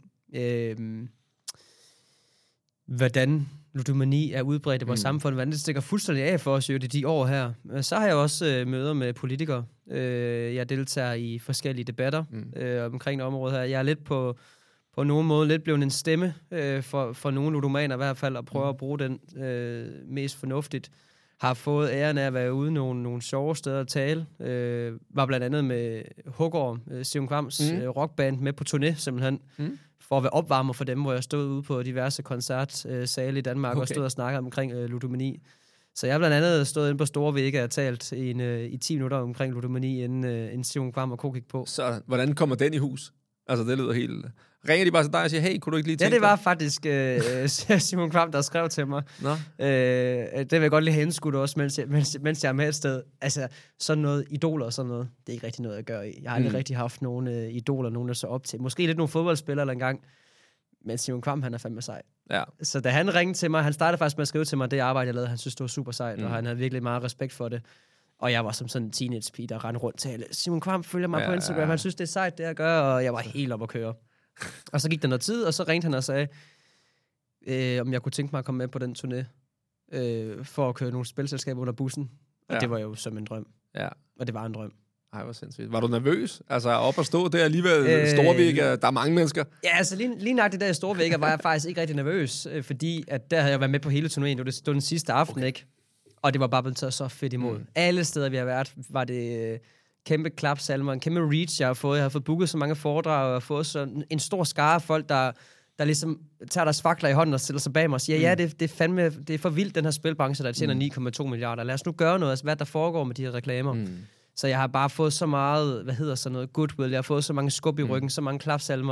hvordan ludomani er udbredt i vores samfund, hvordan det stikker fuldstændig af for os jo de år her. Så har jeg også møder med politikere. Jeg deltager i forskellige debatter omkring området her. Jeg er lidt på på nogen måde lidt blevet en stemme for nogle ludomaner i hvert fald, og prøver at bruge den mest fornuftigt. Har fået æren af at være ude nogle sjove steder at tale. Var blandt andet med Huggaard, Simon Kvams rockband, med på turné simpelthen, for at være opvarmer for dem, hvor jeg stod ude på diverse koncertsale i Danmark, og stod og snakkede omkring ludomani. Så jeg har blandt andet stået inde på Store Vægge og talt i 10 minutter omkring ludomani, inden Simon Kvam og K gik på. Så hvordan kommer den i hus? Altså, det lyder helt... Ringer de bare til dig og siger, hey, kunne du ikke lige tænke det var faktisk Simon Kvam, der skrev til mig. Det vil jeg godt lige have indskudt også, mens jeg er med et sted. Altså, sådan noget idoler og sådan noget, det er ikke rigtig noget, jeg gør i. Jeg har aldrig rigtig haft nogle idoler, nogen der så op til. Måske lidt nogle fodboldspillere eller en gang. Men Simon Kvam, han er fandme sej. Ja. Så da han ringede til mig, han startede faktisk med at skrive til mig, det arbejde, jeg lavede, han synes, det var super sejt, og han havde virkelig meget respekt for det. Og jeg var som sådan en teenage-pige, der rendte rundt til Simon Kvam følger mig på Instagram, han synes, det er sejt, det jeg gør, og jeg var helt op at køre. Og så gik der noget tid, og så ringte han og sagde, om jeg kunne tænke mig at komme med på den turné, for at køre nogle spilselskaber under bussen. Og det var jo som en drøm. Ja. Og det var en drøm. Ej, hvor sindssygt. Var du nervøs? Altså op at stå der alligevel Storvægge, der er mange mennesker. Ja, altså lige nok det der Storvægge var jeg faktisk ikke rigtig nervøs, fordi at der havde jeg været med på hele turnéen. Det var den sidste aften, ikke? Og det var bare blevet taget så fedt imod. Alle steder, vi har været, var det kæmpe klapsalmer, en kæmpe reach, jeg har fået. Jeg har fået booket så mange foredrag, og har fået så en stor skare af folk, der ligesom tager deres fakler i hånden og stiller sig bag mig og siger, det er fandme, det er for vildt, den her spilbranche, der tjener 9,2 milliarder. Lad os nu gøre noget, altså, hvad der foregår med de her reklamer. Så jeg har bare fået så meget, goodwill. Jeg har fået så mange skub i ryggen, så mange klapsalmer,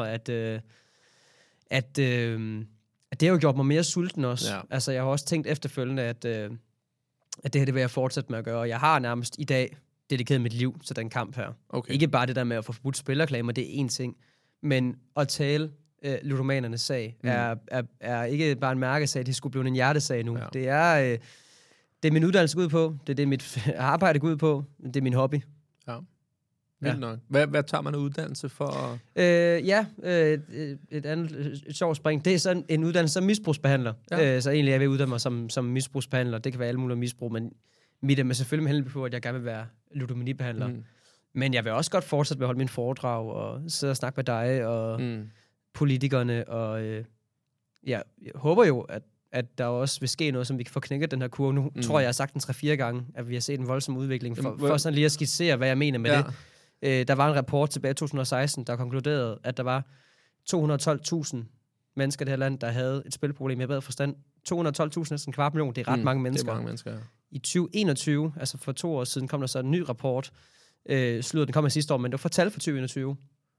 at det har jo gjort mig mere sulten også. Ja. Altså, jeg har også tænkt efterfølgende, at det her, det vil jeg fortsætte med at gøre. Og jeg har nærmest i dag dedikeret mit liv til den kamp her. Okay. Ikke bare det der med at få forbudt spilreklamer, det er én ting. Men at tale ludomanernes sag er ikke bare en mærkesag, det skulle blive en hjertesag nu. Ja. Det er min uddannelse går ud på, det er det, mit arbejde går ud på, det er min hobby. Ja. Vildt nok. Hvad tager man en uddannelse for? Et sjovt spring. Det er sådan en uddannelse som misbrugsbehandler. Ja. Så egentlig er jeg ved at uddanne mig som misbrugsbehandler. Det kan være alle mulige misbrug, men mit er selvfølgelig med henhold på, at jeg gerne vil være ludomanibehandler. Men jeg vil også godt fortsætte med at holde min foredrag og sidde og snakke med dig og politikerne. Og jeg håber jo, at der også vil ske noget, som vi kan få knækket den her kurve. Nu tror jeg har sagt den 3-4 gange, at vi har set en voldsom udvikling. For sådan lige at skitsere, hvad jeg mener med det. Der var en rapport tilbage i 2016, der konkluderede, at der var 212.000 mennesker i det her land, der havde et spilproblem i bedre forstand. 212.000, næsten 250.000, det er ret mange mennesker. Det er mange mennesker, ja. I 2021, altså for 2 år siden, kom der så en ny rapport. Den kom sidste år, men det var for tal for 2021.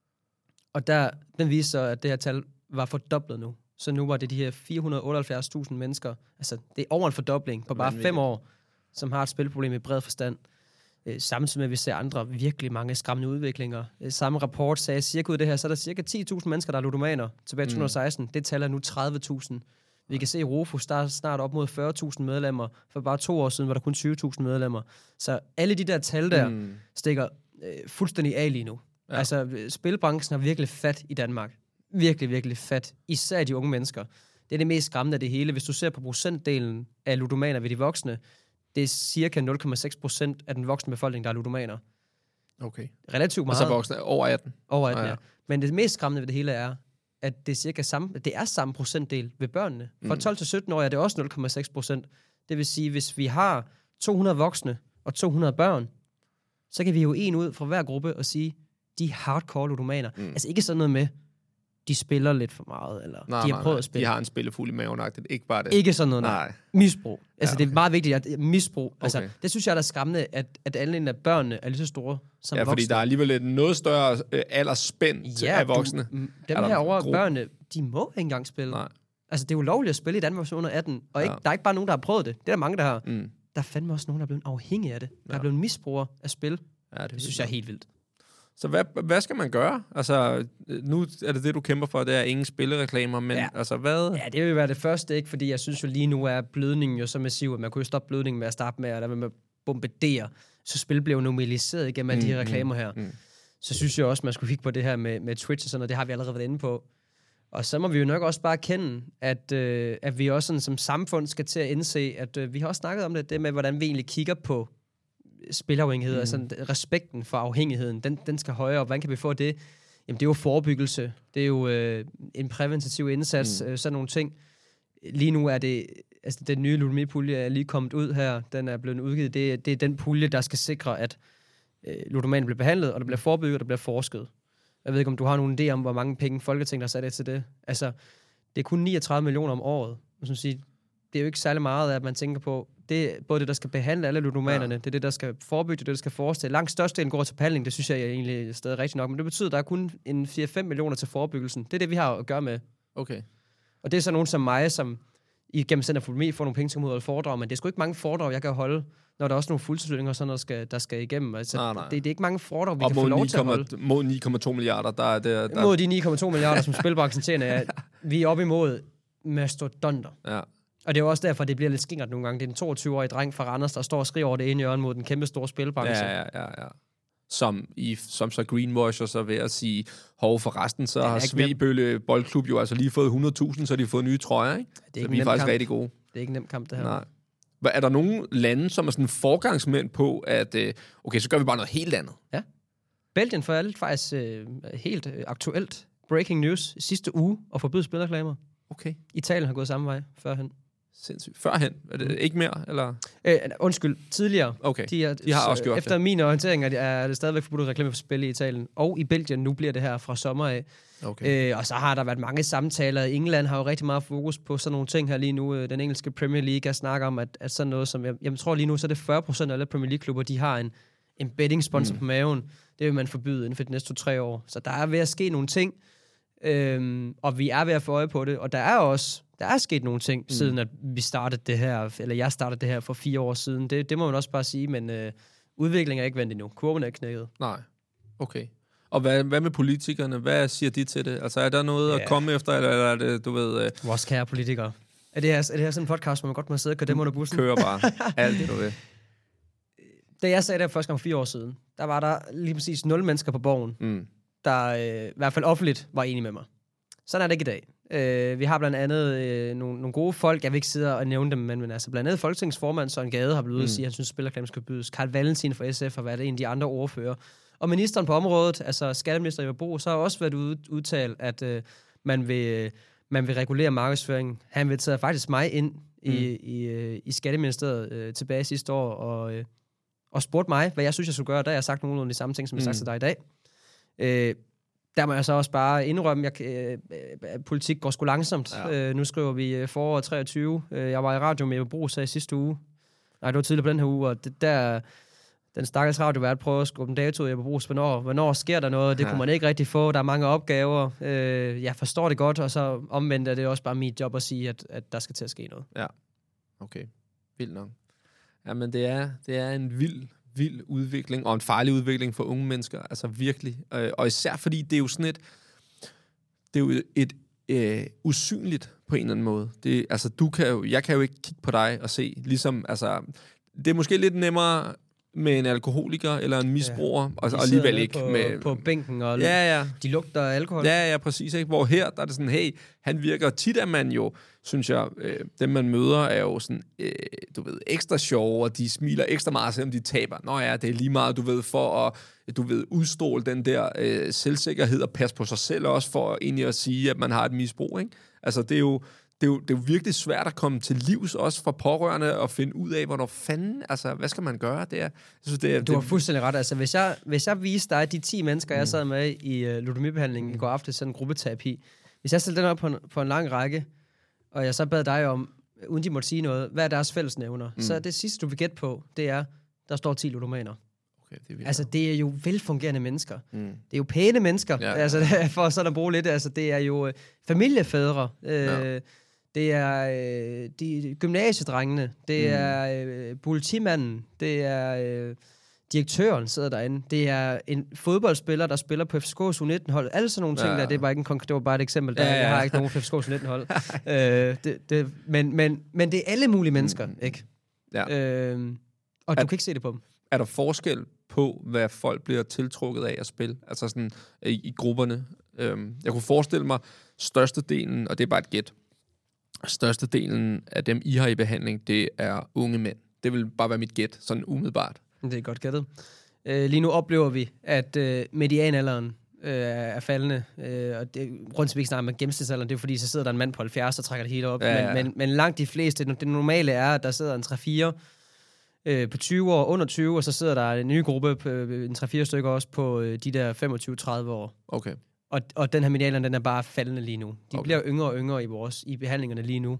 Og den viste så, at det her tal var fordoblet nu. Så nu var det de her 478.000 mennesker. Altså, det er over en fordobling på bare 5 år, som har et spilproblem i bred forstand. Samtidig med, at vi ser andre virkelig mange skræmmende udviklinger. Samme rapport sagde cirka ud det her, så er der cirka 10.000 mennesker, der er ludomaner tilbage i 2016. Det taler nu 30.000. Vi kan se, at Rufus, der er snart op mod 40.000 medlemmer. For bare 2 år siden var der kun 20.000 medlemmer. Så alle de der tal der stikker fuldstændig af lige nu. Ja. Altså, spilbranchen har virkelig fat i Danmark. Virkelig, virkelig fat. Især de unge mennesker. Det er det mest skræmmende af det hele. Hvis du ser på procentdelen af ludomaner ved de voksne, det er cirka 0,6% af den voksne befolkning, der er ludomaner. Okay. Relativt meget. Altså voksne over 18? Over 18, ja. Men det mest skræmmende ved det hele er, at det er cirka samme procentdel ved børnene. Fra 12 til 17 år er det også 0,6%. Det vil sige, hvis vi har 200 voksne og 200 børn, så kan vi jo en ud fra hver gruppe og sige, de er hardcore ludomaner. Altså ikke sådan noget med, de spiller lidt for meget, eller de har prøvet at spille. De har en spillefuld i maven-agtigt, ikke bare det. Ikke sådan noget, nej. Misbrug. Altså, det er meget vigtigt, at misbrug. Okay. Altså, det synes jeg er da skræmmende, at alle af børnene er lige så store som voksne. Fordi der er alligevel et noget større aldersspænd af voksne. Dem herovre børnene, de må ikke engang spille. Nej. Altså, det er ulovligt at spille i Danmark under 18, og der er ikke bare nogen, der har prøvet det. Det er der mange, der har. Der er fandme også nogen, der er blevet afhængige af det. Der er blevet misbrugere af spil. Ja, det synes jeg er helt vildt. Så hvad skal man gøre? Altså, nu er det du kæmper for, det er ingen spillereklamer, men altså hvad? Ja, det vil jo være det første, ikke? Fordi jeg synes jo lige nu er blødningen jo så massiv, at man kunne jo stoppe blødningen med at starte med at bombardere. Så spil bliver jo normaliseret igennem alle de her reklamer her. Så synes jeg også, man skulle kigge på det her med Twitch og sådan noget, det har vi allerede været inde på. Og så må vi jo nok også bare kende, at vi også sådan, som samfund skal til at indse, at vi har også snakket om det med, hvordan vi egentlig kigger på spilafhængighed, altså respekten for afhængigheden, den skal højere, og hvordan kan vi få det Jamen, det er jo forebyggelse. Det er jo en præventativ indsats, sådan nogle ting. Lige nu er det... Altså, den nye ludomipulje er lige kommet ud her. Den er blevet udgivet. Det er den pulje, der skal sikre, at ludomanen bliver behandlet, og der bliver forebygget, og der bliver forsket. Jeg ved ikke, om du har nogen idé om, hvor mange penge Folketinget har sat af til det. Altså, det er kun 39 millioner om året. Det er jo ikke særlig meget, at man tænker på, det er både det, der skal behandle alle ludomanerne, det er det, der skal forebygge, det er det, der skal forestille. Langt størstedelen går til behandling, det synes jeg egentlig stadig rigtigt nok, men det betyder, at der er kun en 4-5 millioner til forebyggelsen. Det er det, vi har at gøre med. Okay. Og det er så nogen som mig, som igennem Center for Ludomi får nogle penge til at holde foredrag, men det er sgu ikke mange foredrag, jeg kan holde, når der er også nogle fuldtidslønninger og sådan noget, der skal igennem. Altså, nej. Det er ikke mange foredrag, vi kan få lov til at holde. Mod 9,2 milliarder, der er det... Mod de 9,2 milliarder, som spilbranchen tjener, vi er op imod mastodonter. Ja. Og det er jo også derfor, det bliver lidt skingert nogle gange. Det er en 22-årig dreng fra Randers, der står og skriver over det ene hjørne mod den kæmpe store spilbranche. Ja. Som så greenwasher så ved at sige, forresten, så har Svebølle Boldklub jo altså lige fået 100.000, så de har fået nye trøjer, ikke? Det er så vi er faktisk kamp. Rigtig gode. Det er ikke en nem kamp, det her. Nej. Er der nogle lande, som er sådan forgangsmænd på, at okay, så gør vi bare noget helt andet? Ja. Belgien for alt faktisk helt aktuelt. Breaking news sidste uge at forbyde spilreklamer. Okay. Italien har gået samme vej førhen. Sindssygt. Førhen? Er det ikke mere, eller? Undskyld, tidligere. Okay, de har også gjort efter min orientering er det stadigvæk forbudt reklame for spil i Italien. Og i Belgien, nu bliver det her fra sommer af. Okay. Og så har der været mange samtaler. England har jo rigtig meget fokus på sådan nogle ting her lige nu. Den engelske Premier League snakker om, at sådan noget som... Jeg tror lige nu, så er det 40% af alle Premier League-klubber, de har en betting-sponsor på maven. Det vil man forbyde inden for de næste 2-3 år. Så der er ved at ske nogle ting. Og vi er ved at få øje på det. Og der er sket nogle ting, siden at vi startede det her, eller jeg startede det her for 4 år siden. Det må man også bare sige, men udviklingen er ikke vendt endnu. Kurven er knækket. Nej, okay. Og hvad med politikerne? Hvad siger de til det? Altså, er der noget at komme efter, eller er det, du ved... Vores kære politikere. Er det her sådan en podcast, hvor man godt må sidde og køre dem under bussen? Kører bare alt det, du vil. Da jeg sagde det første gang for 4 år siden, der var der lige præcis 0 mennesker på Borgen, der i hvert fald offentligt var enige med mig. Sådan er det ikke i dag. Vi har blandt andet nogle gode folk, jeg vil ikke sidde og nævne dem, men altså blandt andet Folketingsformand Søren Gade har blevet ude at sige, at han synes, at spilreklame skal bydes. Karl Valentin fra SF har været en af de andre ordfører. Og ministeren på området, altså skatteminister Jeppe Bruus, så har også været udtalt, at man vil regulere markedsføringen. Han inviterede faktisk mig ind i Skatteministeriet tilbage sidste år og spurgte mig, hvad jeg synes, jeg skulle gøre. Der har jeg sagt nogle af de samme ting, som jeg har sagt til dig i dag. Der må jeg så også bare indrømme, at politik går sgu langsomt. Ja. Nu skriver vi foråret 23. Jeg var i radio med Jeppe Bruus i sidste uge. Nej, det var tidligere på den her uge, og den stakkels radiovært prøver at skubbe en dato i Jeppe Bruus. Hvornår sker der noget? Det kunne man ikke rigtig få. Der er mange opgaver. Jeg forstår det godt, og så omvendt er det også bare mit job at sige, at der skal til at ske noget. Ja, okay. Vildt nok. Jamen, det er en vild udvikling, og en farlig udvikling for unge mennesker, altså virkelig. Og især fordi det er jo sådan et usynligt på en eller anden måde. Altså, jeg kan jo ikke kigge på dig og se, ligesom, altså, det er måske lidt nemmere med en alkoholiker eller en misbruger, og alligevel ikke på bænken, og de lugter af alkohol. Ja, præcis. Ikke? Hvor her, der er det sådan, hey, han virker tit, at man jo, synes jeg, dem man møder, er jo sådan, du ved, ekstra sjove, og de smiler ekstra meget, selvom de taber. Nå ja, det er lige meget, du ved, for at, du ved, udstråle den der selvsikkerhed og passe på sig selv også, for egentlig at sige, at man har et misbrug, ikke? Altså, det er jo virkelig svært at komme til livs, også for pårørende, og finde ud af, hvornår fanden, altså, hvad skal man gøre der? Du har fuldstændig ret. Altså, hvis jeg viste dig de 10 mennesker, jeg sad med i ludomibehandlingen i går aftes, sådan en gruppeterapi, hvis jeg stillede den op på en lang række, og jeg så bad dig om, uden de måtte sige noget, hvad er deres fællesnævner? Så det sidste, du vil gætte på, det er, der står 10 ludomaner. Okay, altså, det er jo velfungerende mennesker. Det er jo pæne mennesker, altså, for sådan at bruge lidt. Altså, det er jo familiefædre. Det er de gymnasiedrengene, det er politimanden, det er direktøren sidder derinde, det er en fodboldspiller, der spiller på FCK's U19-hold. Alle sådan nogle ting der, det var bare et eksempel. Jeg har ikke nogen på FCK's U19-hold. Men det er alle mulige mennesker, ikke? Ja. Og du kan ikke se det på dem. Er der forskel på, hvad folk bliver tiltrukket af at spille? Altså sådan i grupperne. Jeg kunne forestille mig, størstedelen, og det er bare et gæt, størstedelen af dem, I har i behandling, det er unge mænd. Det vil bare være mit gæt, sådan umiddelbart. Det er godt gættet. Lige nu oplever vi, at medianalderen er faldende. Og rundt til vi ikke snakker med gennemsnitsalderen, det er fordi, så sidder der en mand på 70 og trækker det hele op. Men langt de fleste, det normale er, at der sidder en 3-4 på 20 år, under 20, og så sidder der en ny gruppe, en 3-4 stykker også på de der 25-30 år. Okay. Og den her medianalderen, den er bare faldende lige nu. De bliver yngre og yngre i behandlingerne lige nu.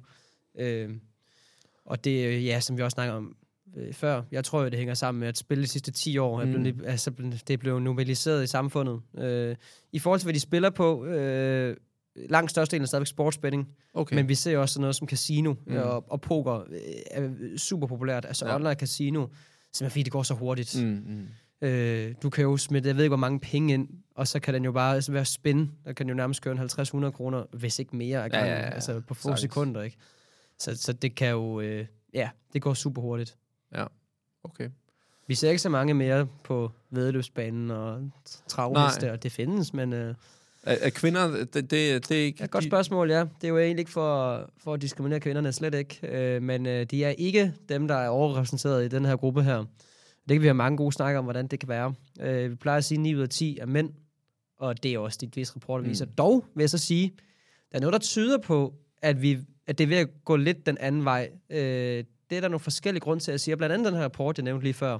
Og det, som vi også snakker om før, jeg tror jo, det hænger sammen med at spille de sidste 10 år. Det blev normaliseret i samfundet. I forhold til, hvad de spiller på, langt størstedelen er stadigvæk sportsbetting. Okay. Men vi ser også sådan noget som casino og poker er super populært. Altså online casino, simpelthen fordi det går så hurtigt. Du kan jo smide, jeg ved ikke, hvor mange penge ind, og så kan den jo bare være spin. Der kan jo nærmest køre 50-100 kroner, hvis ikke mere af gangen. Altså på få sekunder, ikke? Så det kan jo, det går super hurtigt. Ja, okay. Vi ser ikke så mange mere på væddeløbsbanen og travheste, og det findes, men... Er kvinder, det er ikke... Et godt spørgsmål, ja. Det er jo egentlig ikke for at diskriminere kvinderne, slet ikke. Men de er ikke dem, der er overrepræsenteret i den her gruppe her. Det kan vi have mange gode snakker om, hvordan det kan være. Vi plejer at sige, at 9 ud af 10 er mænd, og det er også de fleste rapporter viser. Dog vil jeg så sige, der er noget, der tyder på, at det er ved at gå lidt den anden vej. Det er der nogle forskellige grunde til at sige. Blandt andet den her rapport, jeg nævnte lige før.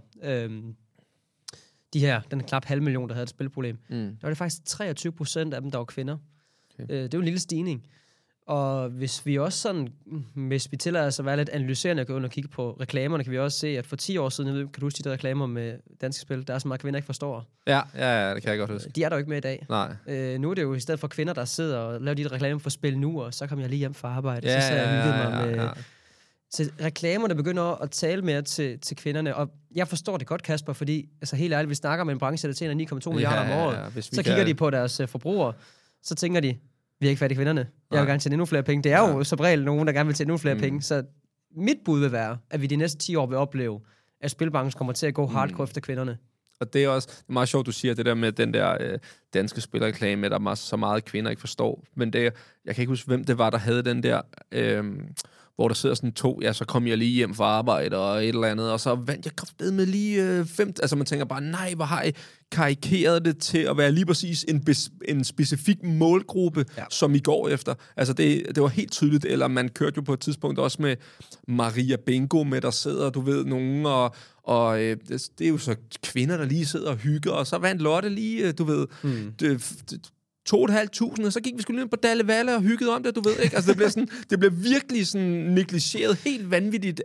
Den knap 500.000, der havde et spilproblem. Der var det faktisk 23% af dem, der var kvinder. Okay. Det er jo en lille stigning. Og hvis vi tillader os at være lidt analyserende og gå ind og kigge på reklamerne, kan vi også se, at for 10 år siden, kan du huske de der reklamer med danske spil, der er så meget kvinder ikke forstår. Ja, det kan jeg godt huske. De er der jo ikke med i dag. Nej. Nu er det jo i stedet for kvinder, der sidder og laver de der reklamer for spil nu, og så kommer jeg lige hjem fra arbejde. Så jeg mig med... Så reklamerne begynder at tale mere til kvinderne, og jeg forstår det godt, Kasper, fordi altså helt ærligt, vi snakker med en branche, der tjener 9,2 milliarder om året, så kigger de på deres forbrugere, så tænker de, vi er ikke fat i kvinderne. Jeg vil gerne tjene endnu flere penge. Det er jo som regel nogen, der gerne vil tjene endnu flere penge, så mit bud vil være, at vi de næste 10 år vil opleve, at spilbranchen kommer til at gå hardcore efter kvinderne. Og det er også meget sjovt, du siger det der med den der danske spilreklame, der er så meget kvinder ikke forstår. Men jeg kan ikke huske, hvem det var, der havde den der... hvor der sidder sådan 2, så kom jeg lige hjem fra arbejde og et eller andet, og så vandt jeg kraftedeme lige 5. Altså man tænker bare, nej, hvor har I karikeret det til at være lige præcis en specifik målgruppe, som I går efter. Altså det var helt tydeligt, eller man kørte jo på et tidspunkt også med Maria Bingo med, der sidder, du ved, nogen, og det er jo så kvinder, der lige sidder og hygger, og så vandt Lotte lige, du ved... 2.500, så gik vi sgu lige på Dalle Valle og hyggede om det, du ved ikke? Altså, det bliver virkelig sådan negligeret helt vanvittigt,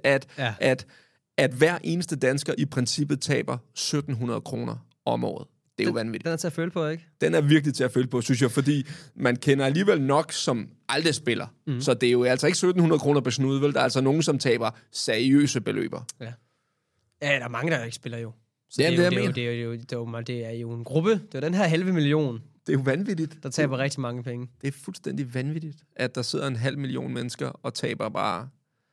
at hver eneste dansker i princippet taber 1.700 kroner om året. Det er jo vanvittigt. Den er til at føle på, ikke? Den er virkelig til at føle på, synes jeg, fordi man kender alligevel nok, som aldrig spiller. Så det er jo altså ikke 1.700 kroner på snude, vel? Der er altså nogen, som taber seriøse beløber. Ja, der er mange, der ikke spiller jo. Så det er jo en gruppe. Det er den her 500.000. Det er jo vanvittigt. Der taber rigtig mange penge. Det er fuldstændig vanvittigt, at der sidder 500.000 mennesker og taber bare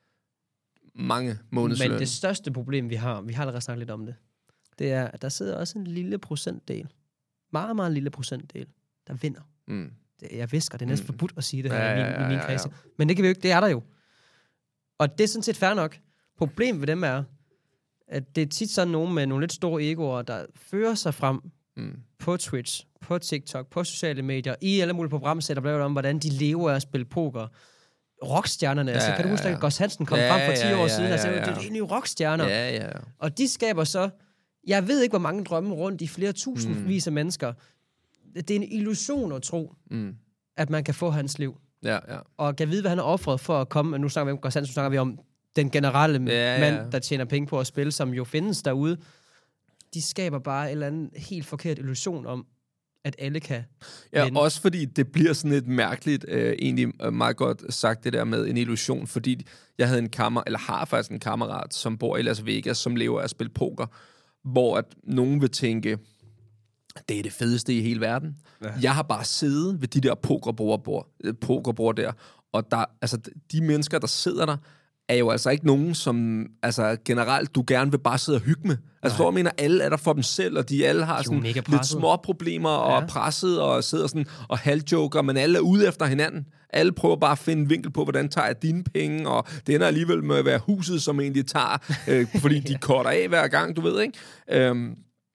mange månedsløn. Men det største problem, vi har allerede snakket lidt om det, det er, at der sidder også en lille procentdel, meget, meget lille procentdel, der vinder. Jeg visker, det er næsten forbudt at sige det her i min kreds. Men det kan vi jo ikke, det er der jo. Og det er sådan set fair nok. Problemet ved dem er, at det er tit sådan nogen med nogle lidt store egoer, der fører sig frem på Twitch, på TikTok, på sociale medier, i alle mulige programsætter, om hvordan de lever af at spille poker. Rockstjernerne, altså kan du huske, at Gus Hansen kom frem for 10 år siden, altså det er egentlig rockstjerner. Og de skaber så, jeg ved ikke, hvor mange drømme rundt i flere tusindvis af mennesker. Det er en illusion at tro, at man kan få hans liv. Og kan vide, hvad han har offret for at komme, nu snakker vi om Gus Hansen, nu snakker vi om den generelle mand, der tjener penge på at spille, som jo findes derude. De skaber bare en eller anden helt forkert illusion om, at alle kan vinde. Også fordi det bliver sådan et mærkeligt, egentlig meget godt sagt det der med en illusion, fordi jeg havde har faktisk en kammerat, som bor i Las Vegas, som lever af at spille poker, hvor at nogen vil tænke, det er det fedeste i hele verden. Ja. Jeg har bare siddet ved de der pokerbord der, og der, altså de mennesker, der sidder der, er jo altså ikke nogen, som altså generelt du gerne vil bare sidde og hygge med. Altså jeg mener, alle er der for dem selv, og de alle har sådan lidt små problemer og presset og sidder sådan og halvjoker, men alle er ude efter hinanden. Alle prøver bare at finde en vinkel på, hvordan tager jeg dine penge, og det ender alligevel med at være huset, som egentlig tager, fordi de korter af hver gang, du ved, ikke?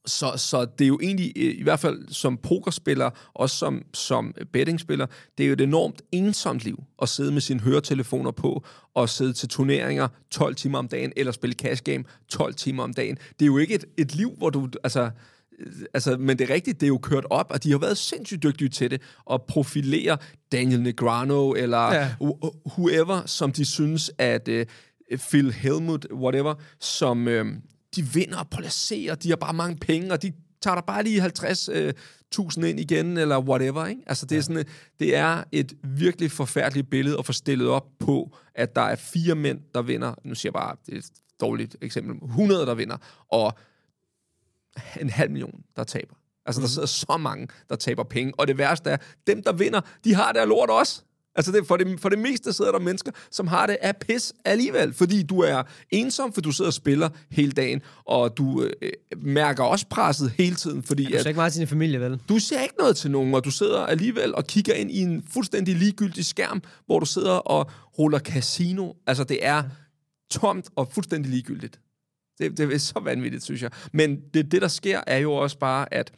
Så det er jo egentlig, i hvert fald som pokerspiller, også som bettingspiller, det er jo et enormt ensomt liv at sidde med sine høretelefoner på og sidde til turneringer 12 timer om dagen, eller spille cash game 12 timer om dagen. Det er jo ikke et liv, hvor du... Altså, men det er rigtigt, det er jo kørt op, og de har været sindssygt dygtige til det, at profilere Daniel Negreanu, eller whoever, som de synes, at Phil Hellmuth, whatever, som de vinder og polariserer, de har bare mange penge, og de tager der bare lige 50.000 ind igen, eller whatever, ikke? Altså, det er sådan, det er et virkelig forfærdeligt billede at få stillet op på, at der er 4 mænd, der vinder, nu siger jeg bare, det er et dårligt eksempel, 100, der vinder, og 500.000, der taber. Altså, der sidder så mange, der taber penge. Og det værste er, dem, der vinder, de har det af lort også. Altså, for det meste sidder der mennesker, som har det af pis alligevel. Fordi du er ensom, for du sidder og spiller hele dagen. Og du mærker også presset hele tiden. Fordi du ser ikke meget til din familie, vel? Du ser ikke noget til nogen, og du sidder alligevel og kigger ind i en fuldstændig ligegyldig skærm, hvor du sidder og ruller casino. Altså, det er tomt og fuldstændig ligegyldigt. Det er så vanvittigt, synes jeg. Men det, der sker, er jo også bare, at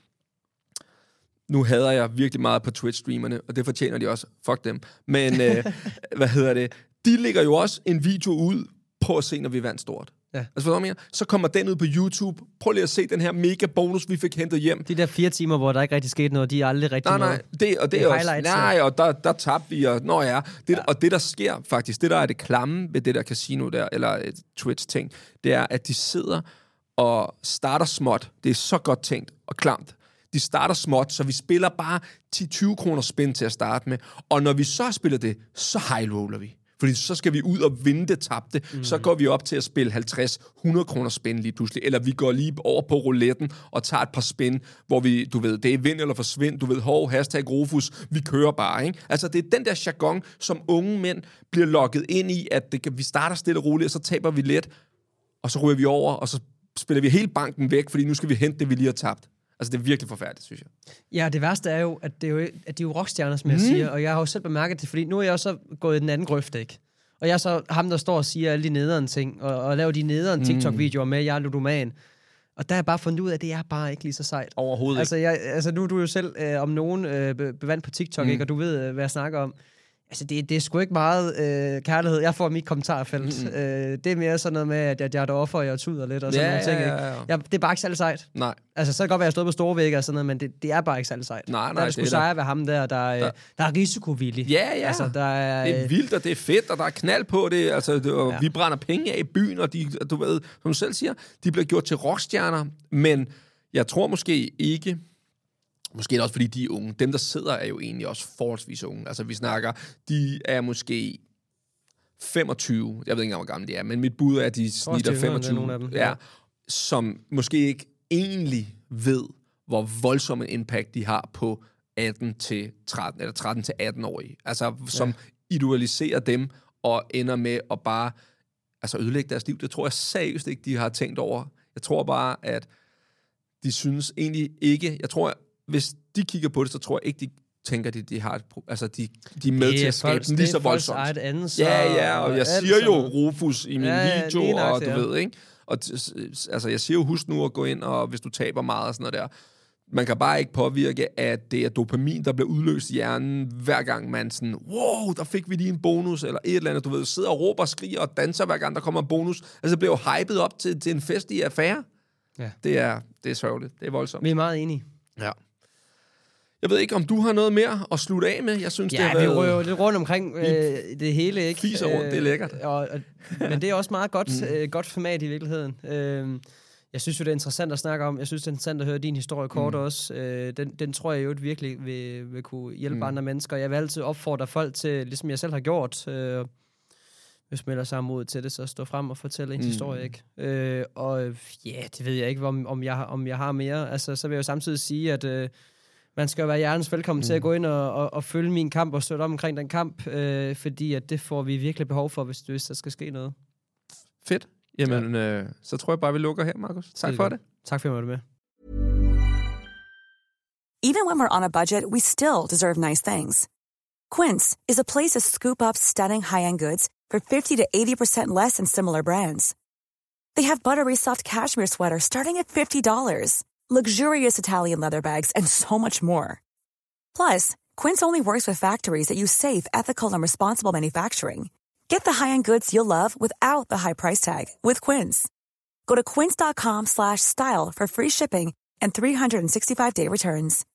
nu hader jeg virkelig meget på Twitch-streamerne, og det fortjener de også. Fuck dem. Men, de lægger jo også en video ud på at se, når vi vandt stort. Ja. Altså, så kommer den ud på YouTube. Prøv lige at se den her mega bonus, vi fik hentet hjem. De der 4 timer, hvor der ikke rigtig skete noget, de er aldrig rigtig noget. Det er også, nej, og der tabte vi, og og det, der sker faktisk, det der er det klamme ved det der casino der, eller Twitch-ting, det er, at de sidder og starter småt. Det er så godt tænkt og klamt. De starter småt, så vi spiller bare 10-20 kroner spin til at starte med, og når vi så spiller det, så high-roller vi. Fordi så skal vi ud og vinde det tabte. Så går vi op til at spille 50-100 kroner spin lige pludselig. Eller vi går lige over på rouletten og tager et par spin, hvor vi, du ved, det er vind eller forsvind. Du ved, #Rufus, vi kører bare, ikke? Altså, det er den der jargon, som unge mænd bliver lokket ind i, at vi starter stille og roligt, og så taber vi let, og så ryger vi over, og så spiller vi hele banken væk, fordi nu skal vi hente det, vi lige har tabt. Altså, det er virkelig forfærdeligt, synes jeg. Ja, det værste er jo, at de er jo rockstjerner, som jeg siger, og jeg har jo selv bemærket det, fordi nu er jeg også gået i den anden grøft, ikke? Og jeg er så ham, der står og siger alle de nederen ting, og laver de nederen TikTok-videoer med, jeg er ludoman. Og der er jeg bare fundet ud af, at det er bare ikke lige så sejt. Overhovedet ikke. Altså, nu er du jo selv om nogen bevandt på TikTok, ikke? Og du ved, hvad jeg snakker om. Altså, det er sgu ikke meget kærlighed, jeg får i mit kommentarfelt. Det er mere sådan noget med, at jeg er derovre, og jeg tuder lidt og sådan nogle ting. Ikke? Det er bare ikke særlig sejt. Nej. Altså, så kan det godt være, at jeg stod på store vægge og sådan noget, men det er bare ikke særlig sejt. Nej, der er det sgu sejre ved ham der er risikovillig. Ja. Altså, det er vildt, og det er fedt, og der er knald på det. Altså, vi brænder penge af i byen, og de, du ved, som du selv siger, de bliver gjort til rockstjerner, men jeg tror måske ikke... Måske også, fordi de er unge. Dem, der sidder, er jo egentlig også forholdsvis unge. Altså, vi snakker, de er måske 25. Jeg ved ikke engang, hvor gamle de er, men mit bud er, at de snitter 25. Af dem. Ja, som måske ikke egentlig ved, hvor voldsom en impact de har på 18 til 13, eller 13 til 18-årige. Altså, som idealiserer dem, og ender med at bare ødelægge deres liv. Det tror jeg seriøst ikke, de har tænkt over. Jeg tror bare, at de synes egentlig ikke... Jeg tror, hvis de kigger på det, så tror jeg ikke, de tænker, de har de er med til at skabe den lige så voldsomt. Ja, og jeg siger jo Rufus i min video, og du ved, ikke? Og jeg siger jo, husk nu at gå ind, og hvis du taber meget og sådan noget der, man kan bare ikke påvirke, at det er dopamin, der bliver udløst i hjernen, hver gang man sådan, wow, der fik vi lige en bonus, eller et eller andet, du ved, sidder og råber og skriger og danser, hver gang der kommer en bonus. Altså, det bliver jo hypet op til en festlig affære. Ja. Det er sørgeligt. Det er voldsomt. Vi er meget enige. Ja. Jeg ved ikke, om du har noget mere at slutte af med. Jeg synes, det har vi rører jo lidt rundt omkring det hele, ikke? Fiser rundt, det er lækkert. Men det er også meget godt format i virkeligheden. Jeg synes jo, det er interessant at snakke om. Jeg synes, det er interessant at høre din historie kort også. Den tror jeg jo virkelig vil kunne hjælpe andre mennesker. Jeg vil altid opfordre folk til, ligesom jeg selv har gjort, hvis man ellers har mod til det, så stå frem og fortælle en historie, ikke? Det ved jeg ikke, om jeg har mere. Altså, så vil jeg jo samtidig sige, at man skal jo være hjertens velkommen til at gå ind og følge min kamp og støtte op omkring den kamp, fordi at det får vi virkelig behov for, hvis der skal ske noget. Fedt. Jamen, så tror jeg bare, vi lukker her, Markus. Tak for det. Tak for at du med. Even when we're on a budget, we still deserve nice things. Quince is a place to scoop up stunning high-end goods for 50 to 80% less than similar brands. They have buttery soft cashmere sweaters starting at $50, luxurious Italian leather bags, and so much more. Plus, Quince only works with factories that use safe, ethical, and responsible manufacturing. Get the high-end goods you'll love without the high price tag with Quince. Go to quince.com/style for free shipping and 365-day returns.